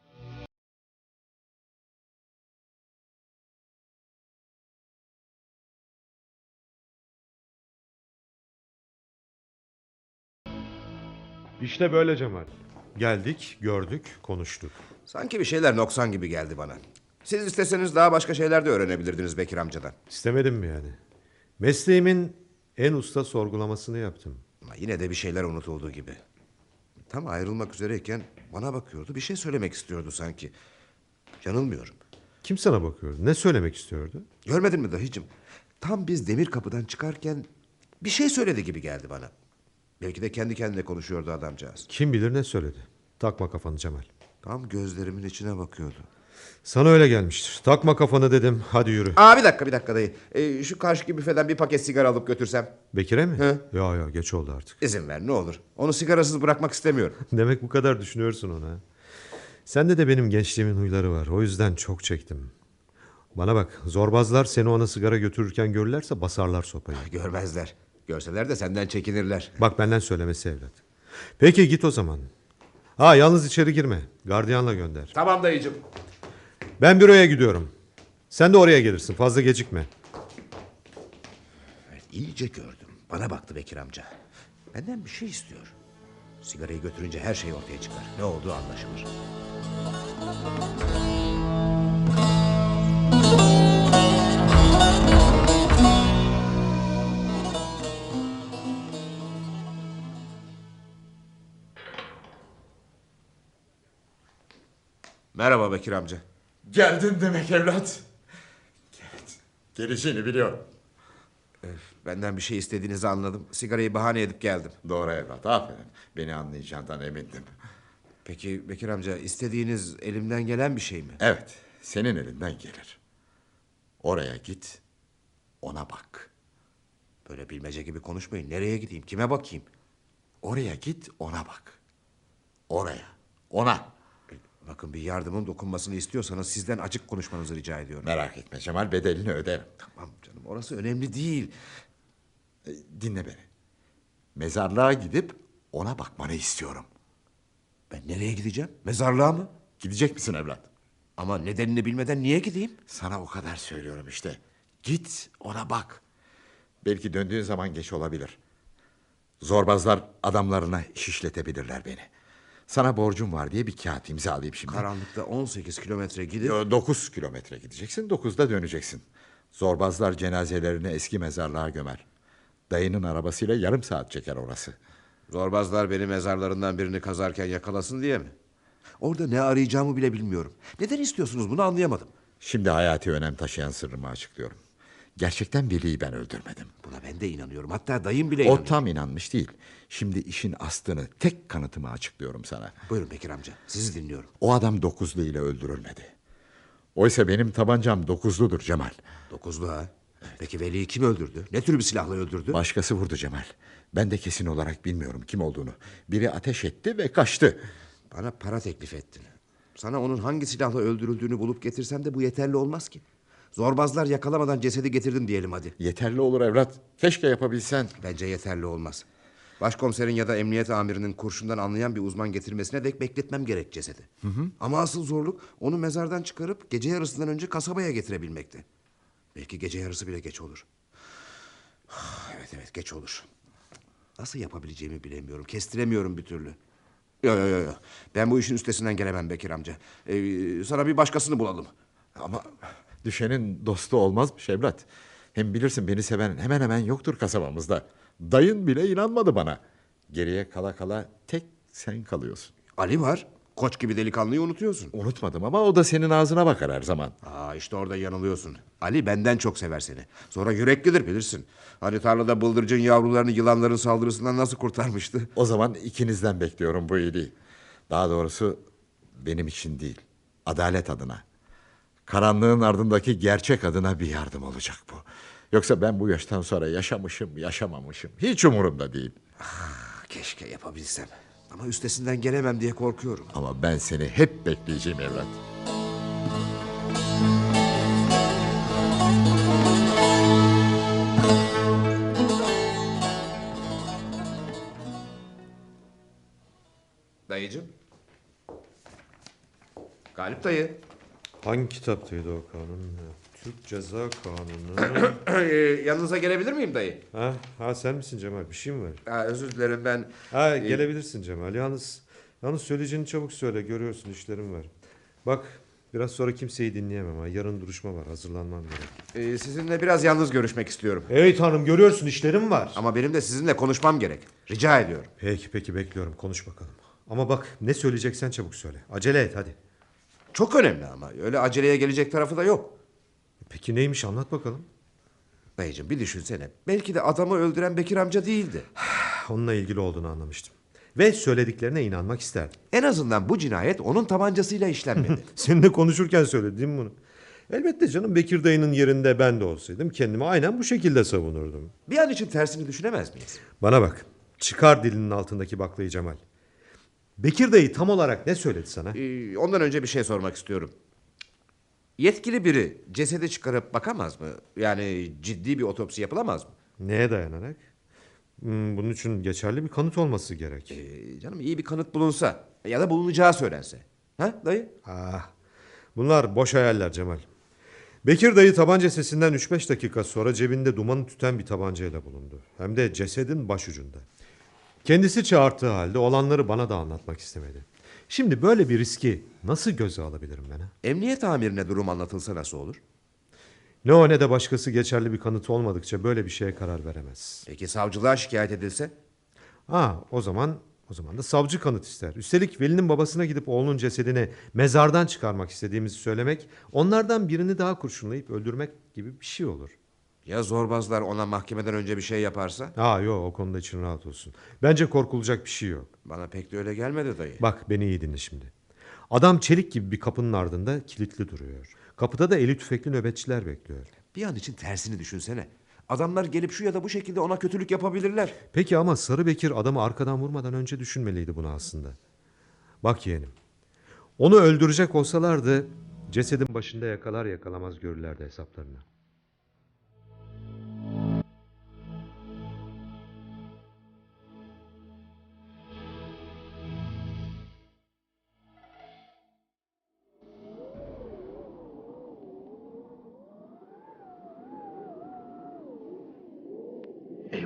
İşte böyle Cemal. Geldik, gördük, konuştuk. Sanki bir şeyler noksan gibi geldi bana. Siz isteseniz daha başka şeyler de öğrenebilirdiniz Bekir amcadan. İstemedim mi yani? Mesleğimin en usta sorgulamasını yaptım. Ama yine de bir şeyler unutulduğu gibi. Tam ayrılmak üzereyken bana bakıyordu. Bir şey söylemek istiyordu sanki. Yanılmıyorum. Kim sana bakıyordu? Ne söylemek istiyordu? Görmedin mi dayıcım? Tam biz demir kapıdan çıkarken bir şey söyledi gibi geldi bana. Belki de kendi kendine konuşuyordu adamcağız. Kim bilir ne söyledi. Takma kafanı Cemal. Tam gözlerimin içine bakıyordu. Sana öyle gelmiştir. Takma kafanı dedim. Hadi yürü. Bir dakika dayı. Şu karşıki büfeden bir paket sigara alıp götürsem. Bekir'e mi? He? Ya geç oldu artık. İzin ver ne olur. Onu sigarasız bırakmak istemiyorum. Demek bu kadar düşünüyorsun ona. Sende de benim gençliğimin huyları var. O yüzden çok çektim. Bana bak, zorbazlar seni ona sigara götürürken görürlerse basarlar sopayı. Görmezler. Görseler de senden çekinirler. Bak, benden söylemesi evlat. Peki git o zaman. Yalnız içeri girme. Gardiyanla gönder. Tamam dayıcım. Ben büroya gidiyorum. Sen de oraya gelirsin. Fazla gecikme. Evet, iyice gördüm. Bana baktı Bekir amca. Benden bir şey istiyor. Sigarayı götürünce her şey ortaya çıkar. Ne olduğu anlaşılır. Merhaba Bekir amca. Geldin demek evlat. Geleceğini biliyorum. Benden bir şey istediğinizi anladım. Sigarayı bahane edip geldim. Doğru evlat, aferin. Beni anlayacağından emindim. Peki Bekir amca, istediğiniz elimden gelen bir şey mi? Evet, senin elinden gelir. Oraya git, ona bak. Böyle bilmece gibi konuşmayın. Nereye gideyim? Kime bakayım? Oraya git, ona bak. Oraya, ona. Bakın, bir yardımın dokunmasını istiyorsanız sizden açık konuşmanızı rica ediyorum. Merak etme Cemal, bedelini öderim. Tamam canım, orası önemli değil. Dinle beni. Mezarlığa gidip ona bakmanı istiyorum. Ben nereye gideceğim? Mezarlığa mı? Gidecek misin evlat? Ama nedenini bilmeden niye gideyim? Sana o kadar söylüyorum işte. Git ona bak. Belki döndüğün zaman geç olabilir. Zorbazlar adamlarına şişletebilirler beni. Sana borcum var diye bir kağıt imzalayayım şimdi. Karanlıkta 18 kilometre gidip... 9 kilometre gideceksin, 9'da döneceksin. Zorbazlar cenazelerini eski mezarlığa gömer. Dayının arabasıyla yarım saat çeker orası. Zorbazlar beni mezarlarından birini kazarken yakalasın diye mi? Orada ne arayacağımı bile bilmiyorum. Neden istiyorsunuz bunu anlayamadım. Şimdi hayati önem taşıyan sırrımı açıklıyorum. Gerçekten Veli'yi ben öldürmedim. Buna ben de inanıyorum. Hatta dayım bile inanıyor. O tam inanmış değil. Şimdi işin aslını, tek kanıtımı açıklıyorum sana. Buyurun Bekir amca, sizi dinliyorum. O adam 9'lu ile öldürülmedi. Oysa benim tabancam 9'ludur Cemal. 9'lu ha? Peki Veli'yi kim öldürdü? Ne tür bir silahla öldürdü? Başkası vurdu Cemal. Ben de kesin olarak bilmiyorum kim olduğunu. Biri ateş etti ve kaçtı. Bana para teklif ettin. Sana onun hangi silahla öldürüldüğünü bulup getirsem de bu yeterli olmaz ki. Zorbazlar yakalamadan cesedi getirdim diyelim hadi. Yeterli olur evlat. Keşke yapabilsen. Bence yeterli olmaz. Başkomiserin ya da emniyet amirinin kurşundan anlayan bir uzman getirmesine dek bekletmem gerek cesedi. Ama asıl zorluk onu mezardan çıkarıp gece yarısından önce kasabaya getirebilmekti. Belki gece yarısı bile geç olur. Evet geç olur. Nasıl yapabileceğimi bilemiyorum. Kestiremiyorum bir türlü. Yo. Ben bu işin üstesinden gelemem Bekir amca. Sana bir başkasını bulalım. Ama düşenin dostu olmazmış evlat. Hem bilirsin beni seven hemen hemen yoktur kasabamızda. Dayın bile inanmadı bana. Geriye kala kala tek sen kalıyorsun. Ali var. Koç gibi delikanlıyı unutuyorsun. Unutmadım ama o da senin ağzına bakar her zaman. İşte orada yanılıyorsun. Ali benden çok sever seni. Sonra yüreklidir bilirsin. Hani tarlada bıldırcın yavrularını yılanların saldırısından nasıl kurtarmıştı? O zaman ikinizden bekliyorum bu iyiliği. Daha doğrusu benim için değil, adalet adına. Karanlığın ardındaki gerçek adına bir yardım olacak bu. Yoksa ben bu yaştan sonra yaşamışım, yaşamamışım. Hiç umurumda değil. Keşke yapabilsem. Ama üstesinden gelemem diye korkuyorum. Ama ben seni hep bekleyeceğim evlat. Dayıcığım. Galip dayı. Hangi kitaptaydı o kanun? Türk Ceza Kanunu. Yanınıza gelebilir miyim dayı? Ha sen misin Cemal? Bir şey mi var? Özür dilerim ben. Gelebilirsin Cemal. Yalnız söyleyeceğini çabuk söyle. Görüyorsun işlerim var. Bak biraz sonra kimseyi dinleyemem. Yarın duruşma var. Hazırlanmam gerek. Sizinle biraz yalnız görüşmek istiyorum. Evet hanım, görüyorsun işlerim var. Ama benim de sizinle konuşmam gerek. Rica ediyorum. Peki bekliyorum. Konuş bakalım. Ama bak ne söyleyeceksen çabuk söyle. Acele et hadi. Çok önemli ama. Öyle aceleye gelecek tarafı da yok. Peki neymiş, anlat bakalım. Dayıcığım bir düşünsene. Belki de adamı öldüren Bekir amca değildi. Onunla ilgili olduğunu anlamıştım. Ve söylediklerine inanmak isterdim. En azından bu cinayet onun tabancasıyla işlenmedi. Seninle konuşurken söyledim bunu. Elbette canım, Bekir dayının yerinde ben de olsaydım kendimi aynen bu şekilde savunurdum. Bir an için tersini düşünemez miyiz? Bana bak. Çıkar dilinin altındaki baklayı Cemal. Bekir dayı tam olarak ne söyledi sana? Ondan önce bir şey sormak istiyorum. Yetkili biri cesedi çıkarıp bakamaz mı? Yani ciddi bir otopsi yapılamaz mı? Neye dayanarak? Bunun için geçerli bir kanıt olması gerek. Canım iyi bir kanıt bulunsa ya da bulunacağı söylense. Ha dayı? Bunlar boş hayaller Cemal. Bekir dayı tabanca sesinden 3-5 dakika sonra cebinde dumanı tüten bir tabancayla bulundu. Hem de cesedin başucunda. Kendisi çağırttığı halde olanları bana da anlatmak istemedi. Şimdi böyle bir riski nasıl göze alabilirim ben? Emniyet amirine durum anlatılsa nasıl olur? Ne o ne de başkası geçerli bir kanıt olmadıkça böyle bir şeye karar veremez. Peki savcılığa şikayet edilse? O zaman da savcı kanıt ister. Üstelik Veli'nin babasına gidip oğlunun cesedini mezardan çıkarmak istediğimizi söylemek, onlardan birini daha kurşunlayıp öldürmek gibi bir şey olur. Ya zorbazlar ona mahkemeden önce bir şey yaparsa? Yok, o konuda için rahat olsun. Bence korkulacak bir şey yok. Bana pek de öyle gelmedi dayı. Bak beni iyi dinle şimdi. Adam çelik gibi bir kapının ardında kilitli duruyor. Kapıda da eli tüfekli nöbetçiler bekliyor. Bir an için tersini düşünsene. Adamlar gelip şu ya da bu şekilde ona kötülük yapabilirler. Peki ama Sarı Bekir adamı arkadan vurmadan önce düşünmeliydi bunu aslında. Bak yeğenim. Onu öldürecek olsalardı cesedin başında yakalar yakalamaz görürlerdi hesaplarını.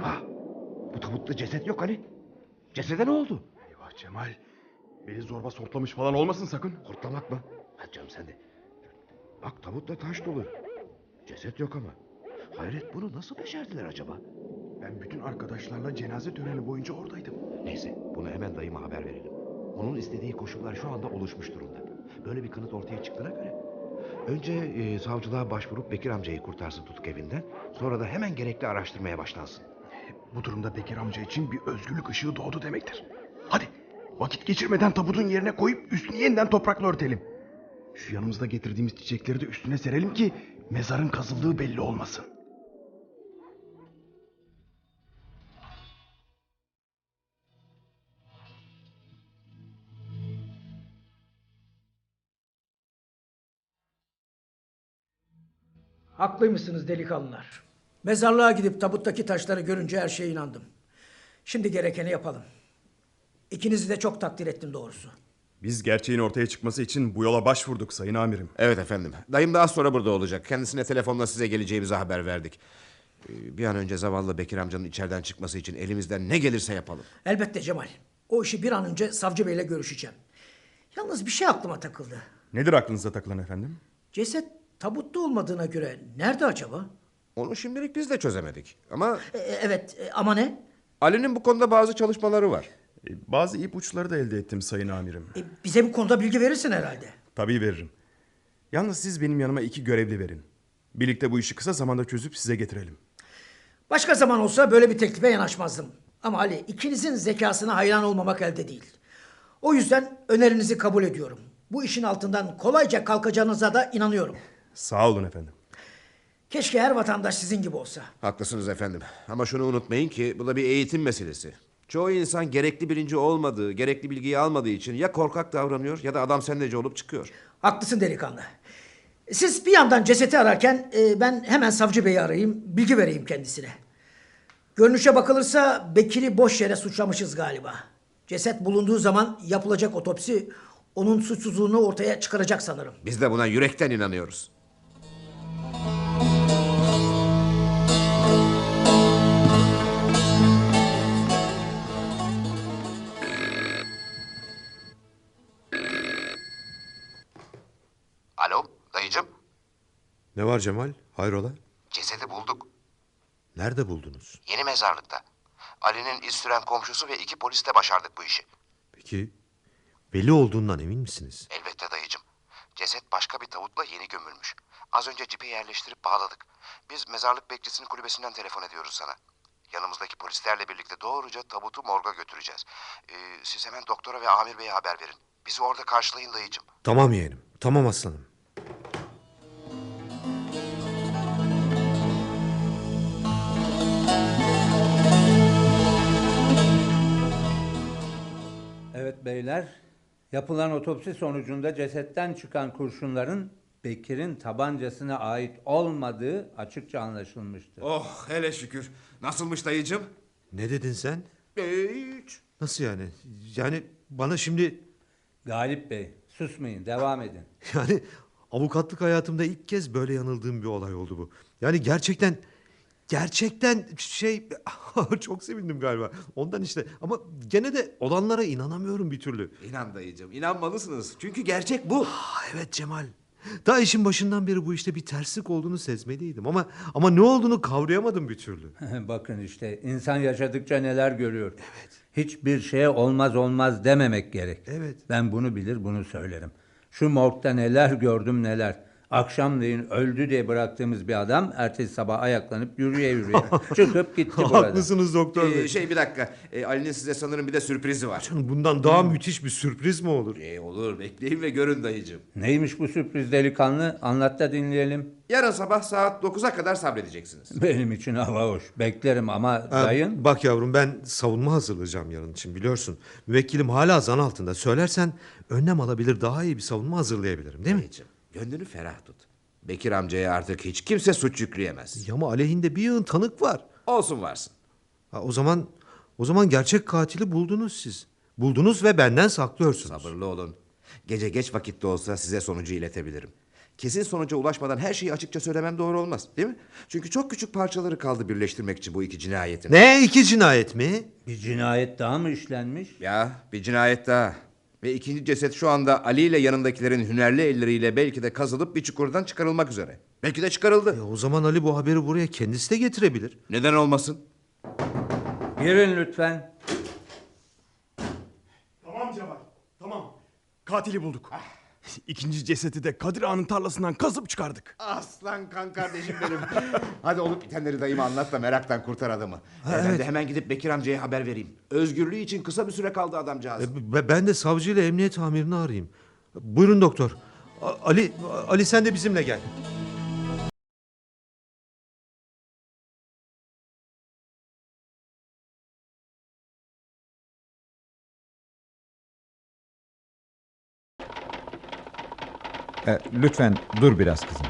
Eyvah! Bu tabutta ceset yok Ali. Cesede ne oldu? Eyvah Cemal. Beni zorba sortlamış falan olmasın sakın. Hortlamak mı? Hadi canım sen de. Bak tabutta taş dolu. Ceset yok ama. Hayret, bunu nasıl becerdiler acaba? Ben bütün arkadaşlarla cenaze töreni boyunca oradaydım. Neyse, bunu hemen dayıma haber verelim. Onun istediği koşullar şu anda oluşmuş durumda. Böyle bir kanıt ortaya çıktığına göre. Önce savcılığa başvurup Bekir amcayı kurtarsın tutuk evinden. Sonra da hemen gerekli araştırmaya başlansın. Bu durumda Bekir amca için bir özgürlük ışığı doğdu demektir. Hadi vakit geçirmeden tabutun yerine koyup üstünü yeniden toprakla örtelim. Şu yanımızda getirdiğimiz çiçekleri de üstüne serelim ki mezarın kazıldığı belli olmasın. Haklıymışsınız delikanlılar. Mezarlığa gidip tabuttaki taşları görünce her şeye inandım. Şimdi gerekeni yapalım. İkinizi de çok takdir ettim doğrusu. Biz gerçeğin ortaya çıkması için bu yola başvurduk sayın amirim. Evet efendim. Dayım da az sonra burada olacak. Kendisine telefonla size geleceğimizi haber verdik. Bir an önce zavallı Bekir amcanın içeriden çıkması için elimizden ne gelirse yapalım. Elbette Cemal. O işi bir an önce savcı beyle görüşeceğim. Yalnız bir şey aklıma takıldı. Nedir aklınıza takılan efendim? Ceset tabutta olmadığına göre nerede acaba? Onu şimdilik biz de çözemedik. Ama... Evet ama ne? Ali'nin bu konuda bazı çalışmaları var. Bazı ipuçları da elde ettim sayın amirim. Bize bu konuda bilgi verirsin herhalde. Tabii veririm. Yalnız siz benim yanıma 2 görevli verin. Birlikte bu işi kısa zamanda çözüp size getirelim. Başka zaman olsa böyle bir teklife yanaşmazdım. Ama Ali, ikinizin zekasına hayran olmamak elde değil. O yüzden önerinizi kabul ediyorum. Bu işin altından kolayca kalkacağınıza da inanıyorum. Sağ olun efendim. Keşke her vatandaş sizin gibi olsa. Haklısınız efendim. Ama şunu unutmayın ki bu da bir eğitim meselesi. Çoğu insan gerekli bilinci olmadığı, gerekli bilgiyi almadığı için ya korkak davranıyor ya da adam sendeci olup çıkıyor. Haklısın delikanlı. Siz bir yandan cesedi ararken ben hemen savcı beyi arayayım, bilgi vereyim kendisine. Görünüşe bakılırsa Bekir'i boş yere suçlamışız galiba. Ceset bulunduğu zaman yapılacak otopsi onun suçsuzluğunu ortaya çıkaracak sanırım. Biz de buna yürekten inanıyoruz. Alo, dayıcım. Ne var Cemal? Hayrola? Cesedi bulduk. Nerede buldunuz? Yeni mezarlıkta. Ali'nin iz süren komşusu ve 2 polis de başardık bu işi. Peki belli olduğundan emin misiniz? Elbette dayıcım. Ceset başka bir tavutla yeni gömülmüş. Az önce cipe yerleştirip bağladık. Biz mezarlık bekçisinin kulübesinden telefon ediyoruz sana. Yanımızdaki polislerle birlikte doğruca tabutu morga götüreceğiz. Siz hemen doktora ve amir beye haber verin. Bizi orada karşılayın dayıcım. Tamam yeğenim. Tamam aslanım. Evet beyler, yapılan otopsi sonucunda cesetten çıkan kurşunların Bekir'in tabancasına ait olmadığı açıkça anlaşılmıştır. Oh hele şükür. Nasılmış dayıcım? Ne dedin sen? Hiç. Nasıl yani? Yani bana şimdi... Galip Bey, susmayın, devam edin. Yani avukatlık hayatımda ilk kez böyle yanıldığım bir olay oldu bu. Yani gerçekten çok sevindim galiba. Ondan işte ama gene de olanlara inanamıyorum bir türlü. İnan dayıcım, inanmalısınız. Çünkü gerçek bu. Evet Cemal. Daha işin başından beri bu işte bir terslik olduğunu sezmeliydim ama ne olduğunu kavrayamadım bir türlü. Bakın işte insan yaşadıkça neler görüyor. Evet. Hiçbir şeye olmaz dememek gerek. Evet. Ben bunu bilir bunu söylerim. Şu morgda neler gördüm neler. Akşamleyin öldü diye bıraktığımız bir adam ertesi sabah ayaklanıp yürüye çıkıp gitti burada. Haklısınız doktor bey. Bir dakika. Ali'nin size sanırım bir de sürprizi var. Canım bundan daha müthiş bir sürpriz mi olur? Olur. Bekleyin ve görün dayıcığım. Neymiş bu sürpriz delikanlı? Anlat da dinleyelim. Yarın sabah saat 9'a kadar sabredeceksiniz. Benim için hava hoş. Beklerim ama dayın... Bak yavrum ben savunma hazırlayacağım yarın için biliyorsun. Müvekkilim hala zan altında. Söylersen önlem alabilir daha iyi bir savunma hazırlayabilirim değil mi? Dayıcığım, gönlünü ferah tut. Bekir amcaya artık hiç kimse suç yükleyemez. Ya ama aleyhinde bir yığın tanık var. Olsun varsın. O zaman gerçek katili buldunuz siz. Buldunuz ve benden saklıyorsunuz. Sabırlı olun. Gece geç vakitte olsa size sonucu iletebilirim. Kesin sonuca ulaşmadan her şeyi açıkça söylemem doğru olmaz, değil mi? Çünkü çok küçük parçaları kaldı birleştirmek için bu iki cinayetin. Ne, iki cinayet mi? Bir cinayet daha mı işlenmiş? Ya, bir cinayet daha. Ve ikinci ceset şu anda Ali ile yanındakilerin hünerli elleriyle belki de kazılıp bir çukurdan çıkarılmak üzere. Belki de çıkarıldı. O zaman Ali bu haberi buraya kendisi de getirebilir. Neden olmasın? Girin lütfen. Tamam Cemal, tamam. Katili bulduk. İkinci cesedi de Kadir Ağa'nın tarlasından kazıp çıkardık. Aslan kan kardeşim benim. Hadi olup bitenleri dayıma anlat da meraktan kurtar adamı. Ben de hemen gidip Bekir amcaya haber vereyim. Özgürlüğü için kısa bir süre kaldı adamcağız. Ben de savcıyla emniyet amirini arayayım. Buyurun doktor. Ali sen de bizimle gel. Lütfen dur biraz kızım.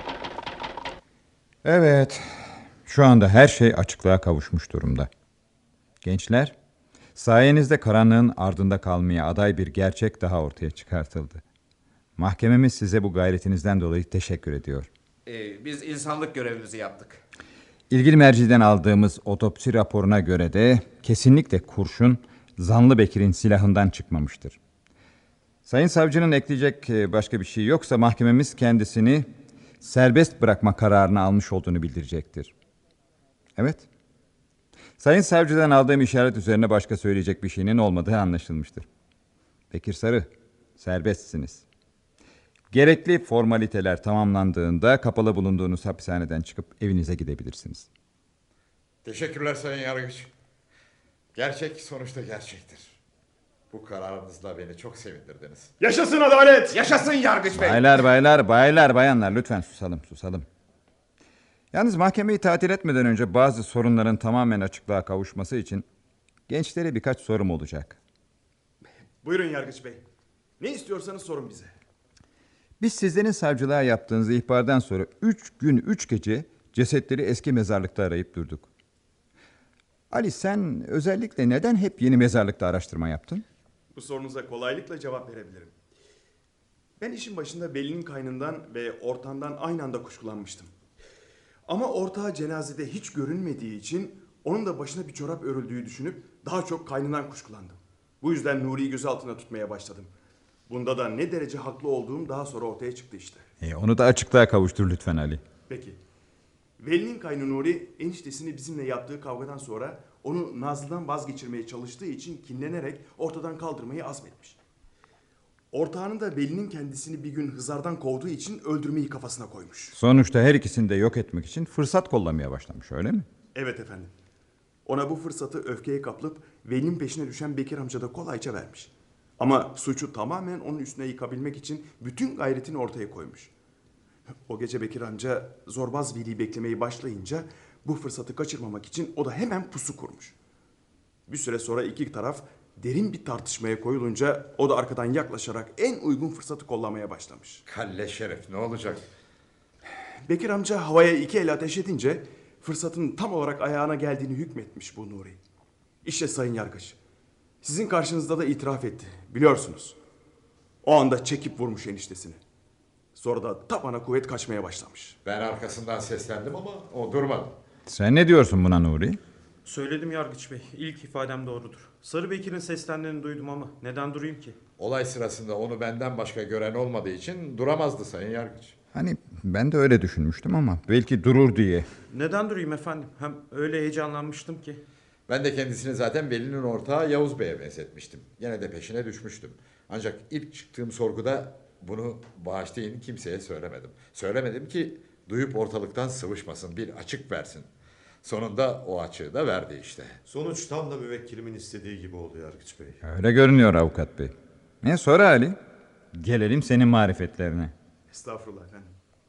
Evet, şu anda her şey açıklığa kavuşmuş durumda. Gençler, sayenizde karanlığın ardında kalmaya aday bir gerçek daha ortaya çıkartıldı. Mahkememiz size bu gayretinizden dolayı teşekkür ediyor. Biz insanlık görevimizi yaptık. İlgili merciden aldığımız otopsi raporuna göre de kesinlikle kurşun zanlı Bekir'in silahından çıkmamıştır. Sayın savcının ekleyecek başka bir şey yoksa mahkememiz kendisini serbest bırakma kararını almış olduğunu bildirecektir. Evet. Sayın savcıdan aldığım işaret üzerine başka söyleyecek bir şeyinin olmadığı anlaşılmıştır. Bekir Sarı, serbestsiniz. Gerekli formaliteler tamamlandığında kapalı bulunduğunuz hapishaneden çıkıp evinize gidebilirsiniz. Teşekkürler Sayın Yargıç. Gerçek sonuçta gerçektir. Bu kararınızla beni çok sevindirdiniz. Yaşasın adalet! Yaşasın Yargıç Bey! Baylar, bayanlar lütfen susalım. Yalnız mahkemeyi tatil etmeden önce bazı sorunların tamamen açıklığa kavuşması için gençlere birkaç sorum olacak. Buyurun Yargıç Bey. Ne istiyorsanız sorun bize. Biz sizlerin savcılığa yaptığınız ihbardan sonra 3 gün 3 gece cesetleri eski mezarlıkta arayıp durduk. Ali sen özellikle neden hep yeni mezarlıkta araştırma yaptın? Bu sorunuza kolaylıkla cevap verebilirim. Ben işin başında Veli'nin kaynından ve ortağından aynı anda kuşkulanmıştım. Ama ortağı cenazede hiç görünmediği için onun da başına bir çorap örüldüğü düşünüp daha çok kaynından kuşkulandım. Bu yüzden Nuri'yi gözaltına tutmaya başladım. Bunda da ne derece haklı olduğum daha sonra ortaya çıktı işte. Onu da açıklığa kavuştur lütfen Ali. Peki. Veli'nin kaynı Nuri eniştesini bizimle yaptığı kavgadan sonra onu Nazlı'dan vazgeçirmeye çalıştığı için kinlenerek ortadan kaldırmayı azmetmiş. Ortağının da Veli'nin kendisini bir gün Hızar'dan kovduğu için öldürmeyi kafasına koymuş. Sonuçta her ikisini de yok etmek için fırsat kollamaya başlamış öyle mi? Evet efendim. Ona bu fırsatı öfkeye kapılıp Veli'nin peşine düşen Bekir amca da kolayca vermiş. Ama suçu tamamen onun üstüne yıkabilmek için bütün gayretini ortaya koymuş. O gece Bekir amca zorbaz Veli'yi beklemeyi başlayınca bu fırsatı kaçırmamak için o da hemen pusu kurmuş. Bir süre sonra iki taraf derin bir tartışmaya koyulunca o da arkadan yaklaşarak en uygun fırsatı kollamaya başlamış. Kalle şeref ne olacak? Bekir amca havaya iki el ateş edince fırsatın tam olarak ayağına geldiğini hükmetmiş bu Nuri. İşte Sayın Yargıç, sizin karşınızda da itiraf etti biliyorsunuz. O anda çekip vurmuş eniştesini. Sonra da tabana kuvvet kaçmaya başlamış. Ben arkasından seslendim ama o durmadı. Sen ne diyorsun buna Nuri? Söyledim Yargıç Bey. İlk ifadem doğrudur. Sarı Bekir'in seslendiğini duydum ama neden durayım ki? Olay sırasında onu benden başka gören olmadığı için duramazdı Sayın Yargıç. Hani ben de öyle düşünmüştüm ama belki durur diye. Neden durayım efendim? Hem öyle heyecanlanmıştım ki. Ben de kendisini zaten Veli'nin ortağı Yavuz Bey'e benzetmiştim. Yine de peşine düşmüştüm. Ancak ilk çıktığım sorguda bunu bağışlayın kimseye söylemedim. Söylemedim ki duyup ortalıktan sıvışmasın, bir açık versin. Sonunda o açığı da verdi işte. Sonuç tam da müvekkilimin istediği gibi oldu Yargıç Bey. Öyle görünüyor avukat bey. Ne sonra Ali? Gelelim senin marifetlerine. Estağfurullah efendim.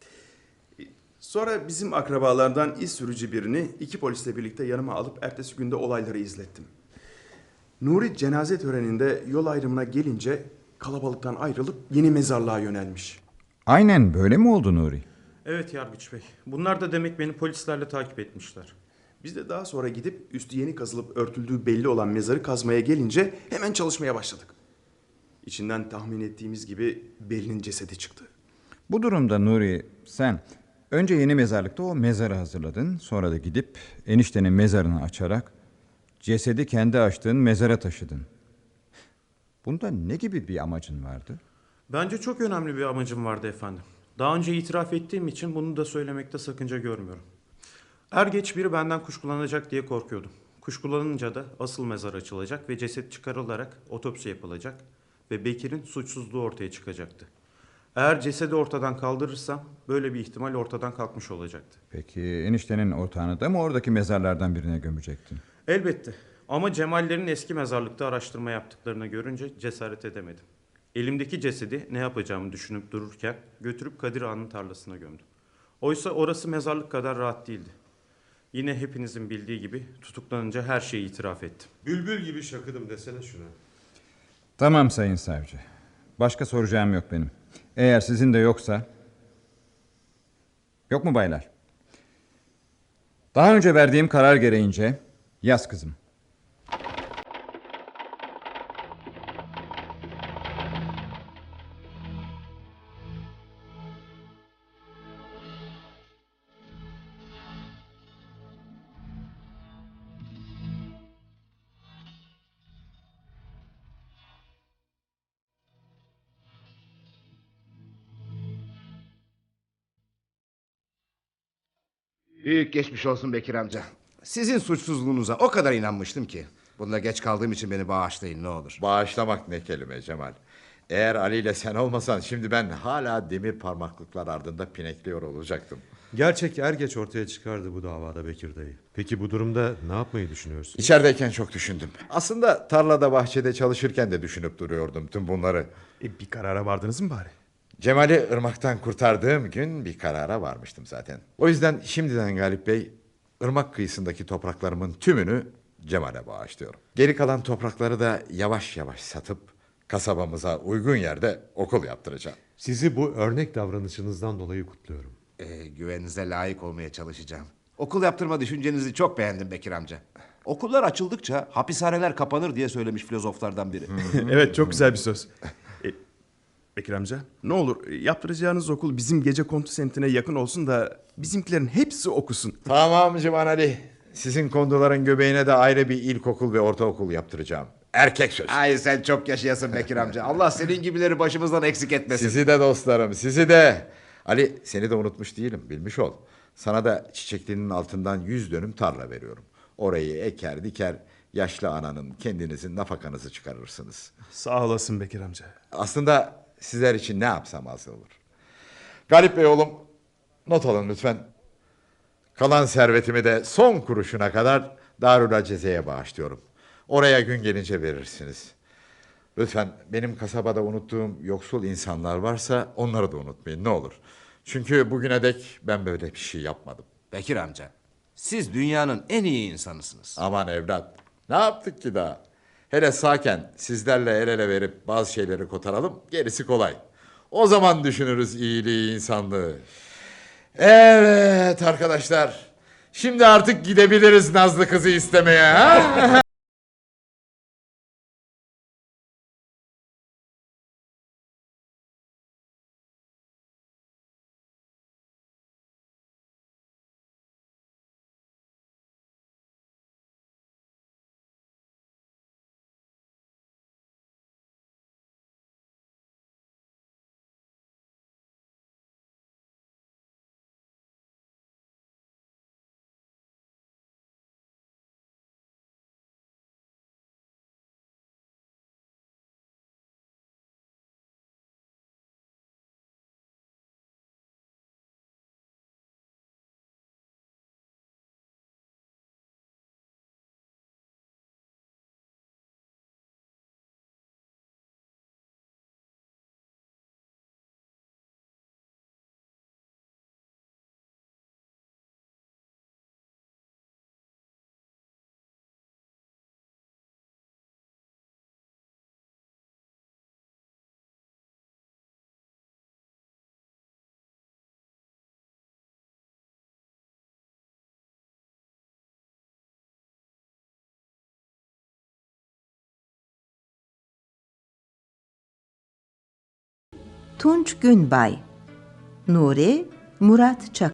Sonra bizim akrabalardan iz sürücü birini iki polisle birlikte yanıma alıp ertesi günde olayları izlettim. Nuri cenaze töreninde yol ayrımına gelince kalabalıktan ayrılıp yeni mezarlığa yönelmiş. Aynen böyle mi oldu Nuri? Evet Yargıç Bey. Bunlar da demek beni polislerle takip etmişler. Biz de daha sonra gidip üstü yeni kazılıp örtüldüğü belli olan mezarı kazmaya gelince hemen çalışmaya başladık. İçinden tahmin ettiğimiz gibi Veli'nin cesedi çıktı. Bu durumda Nuri, sen önce yeni mezarlıkta o mezarı hazırladın. Sonra da gidip eniştenin mezarını açarak cesedi kendi açtığın mezara taşıdın. Bunda ne gibi bir amacın vardı? Bence çok önemli bir amacım vardı efendim. Daha önce itiraf ettiğim için bunu da söylemekte sakınca görmüyorum. Er geç biri benden kuşkulanacak diye korkuyordum. Kuşkulanınca da asıl mezar açılacak ve ceset çıkarılarak otopsi yapılacak ve Bekir'in suçsuzluğu ortaya çıkacaktı. Eğer cesedi ortadan kaldırırsam böyle bir ihtimal ortadan kalkmış olacaktı. Peki eniştenin ortağını da mı oradaki mezarlardan birine gömecektin? Elbette. Ama Cemallerin eski mezarlıkta araştırma yaptıklarını görünce cesaret edemedim. Elimdeki cesedi ne yapacağımı düşünüp dururken götürüp Kadir Ağa'nın tarlasına gömdüm. Oysa orası mezarlık kadar rahat değildi. Yine hepinizin bildiği gibi tutuklanınca her şeyi itiraf ettim. Bülbül gibi şakıdım desene şuna. Tamam sayın savcı. Başka soracağım yok benim. Eğer sizin de yoksa... Yok mu baylar? Daha önce verdiğim karar gereğince yaz kızım. Büyük geçmiş olsun Bekir amca. Sizin suçsuzluğunuza o kadar inanmıştım ki. Bunda geç kaldığım için beni bağışlayın ne olur. Bağışlamak ne kelime Cemal. Eğer Ali ile sen olmasan şimdi ben hala demir parmaklıklar ardında pinekliyor olacaktım. Gerçek er geç ortaya çıkardı bu davada Bekir dayı. Peki bu durumda ne yapmayı düşünüyorsun? İçerideyken çok düşündüm. Aslında tarlada bahçede çalışırken de düşünüp duruyordum tüm bunları. Bir karara vardınız mı bari? Cemal'i ırmaktan kurtardığım gün bir karara varmıştım zaten. O yüzden şimdiden Galip Bey, ırmak kıyısındaki topraklarımın tümünü Cemal'e bağışlıyorum. Geri kalan toprakları da yavaş yavaş satıp kasabamıza uygun yerde okul yaptıracağım. Sizi bu örnek davranışınızdan dolayı kutluyorum. Güveninize layık olmaya çalışacağım. Okul yaptırma düşüncenizi çok beğendim Bekir amca. Okullar açıldıkça hapishaneler kapanır diye söylemiş filozoflardan biri. Evet, çok güzel bir söz. Bekir amca, ne olur yaptıracağınız okul bizim Gecekondu semtine yakın olsun da bizimkilerin hepsi okusun. Tamam Civan Ali. Sizin konduların göbeğine de ayrı bir ilkokul ve ortaokul yaptıracağım. Erkek söz. Ay sen çok yaşayasın Bekir amca. Allah senin gibileri başımızdan eksik etmesin. Sizi de dostlarım, sizi de. Ali, seni de unutmuş değilim, bilmiş ol. Sana da çiçekliğinin altından 100 dönüm tarla veriyorum. Orayı eker diker, yaşlı ananın, kendinizin nafakanızı çıkarırsınız. Sağ olasın Bekir amca. Aslında sizler için ne yapsam az olur. Galip Bey oğlum, not alın lütfen. Kalan servetimi de son kuruşuna kadar Darül Aceze'ye bağışlıyorum. Oraya gün gelince verirsiniz. Lütfen benim kasabada unuttuğum yoksul insanlar varsa onları da unutmayın ne olur. Çünkü bugüne dek ben böyle bir şey yapmadım. Bekir amca, siz dünyanın en iyi insanısınız. Aman evlat, ne yaptık ki daha? Hele sağken sizlerle el ele verip bazı şeyleri kotaralım, gerisi kolay. O zaman düşünürüz iyiliği, insanlığı. Evet arkadaşlar, şimdi artık gidebiliriz Nazlı kızı istemeye. Ha? Tunç Günbay, Nuri Murat Çakır.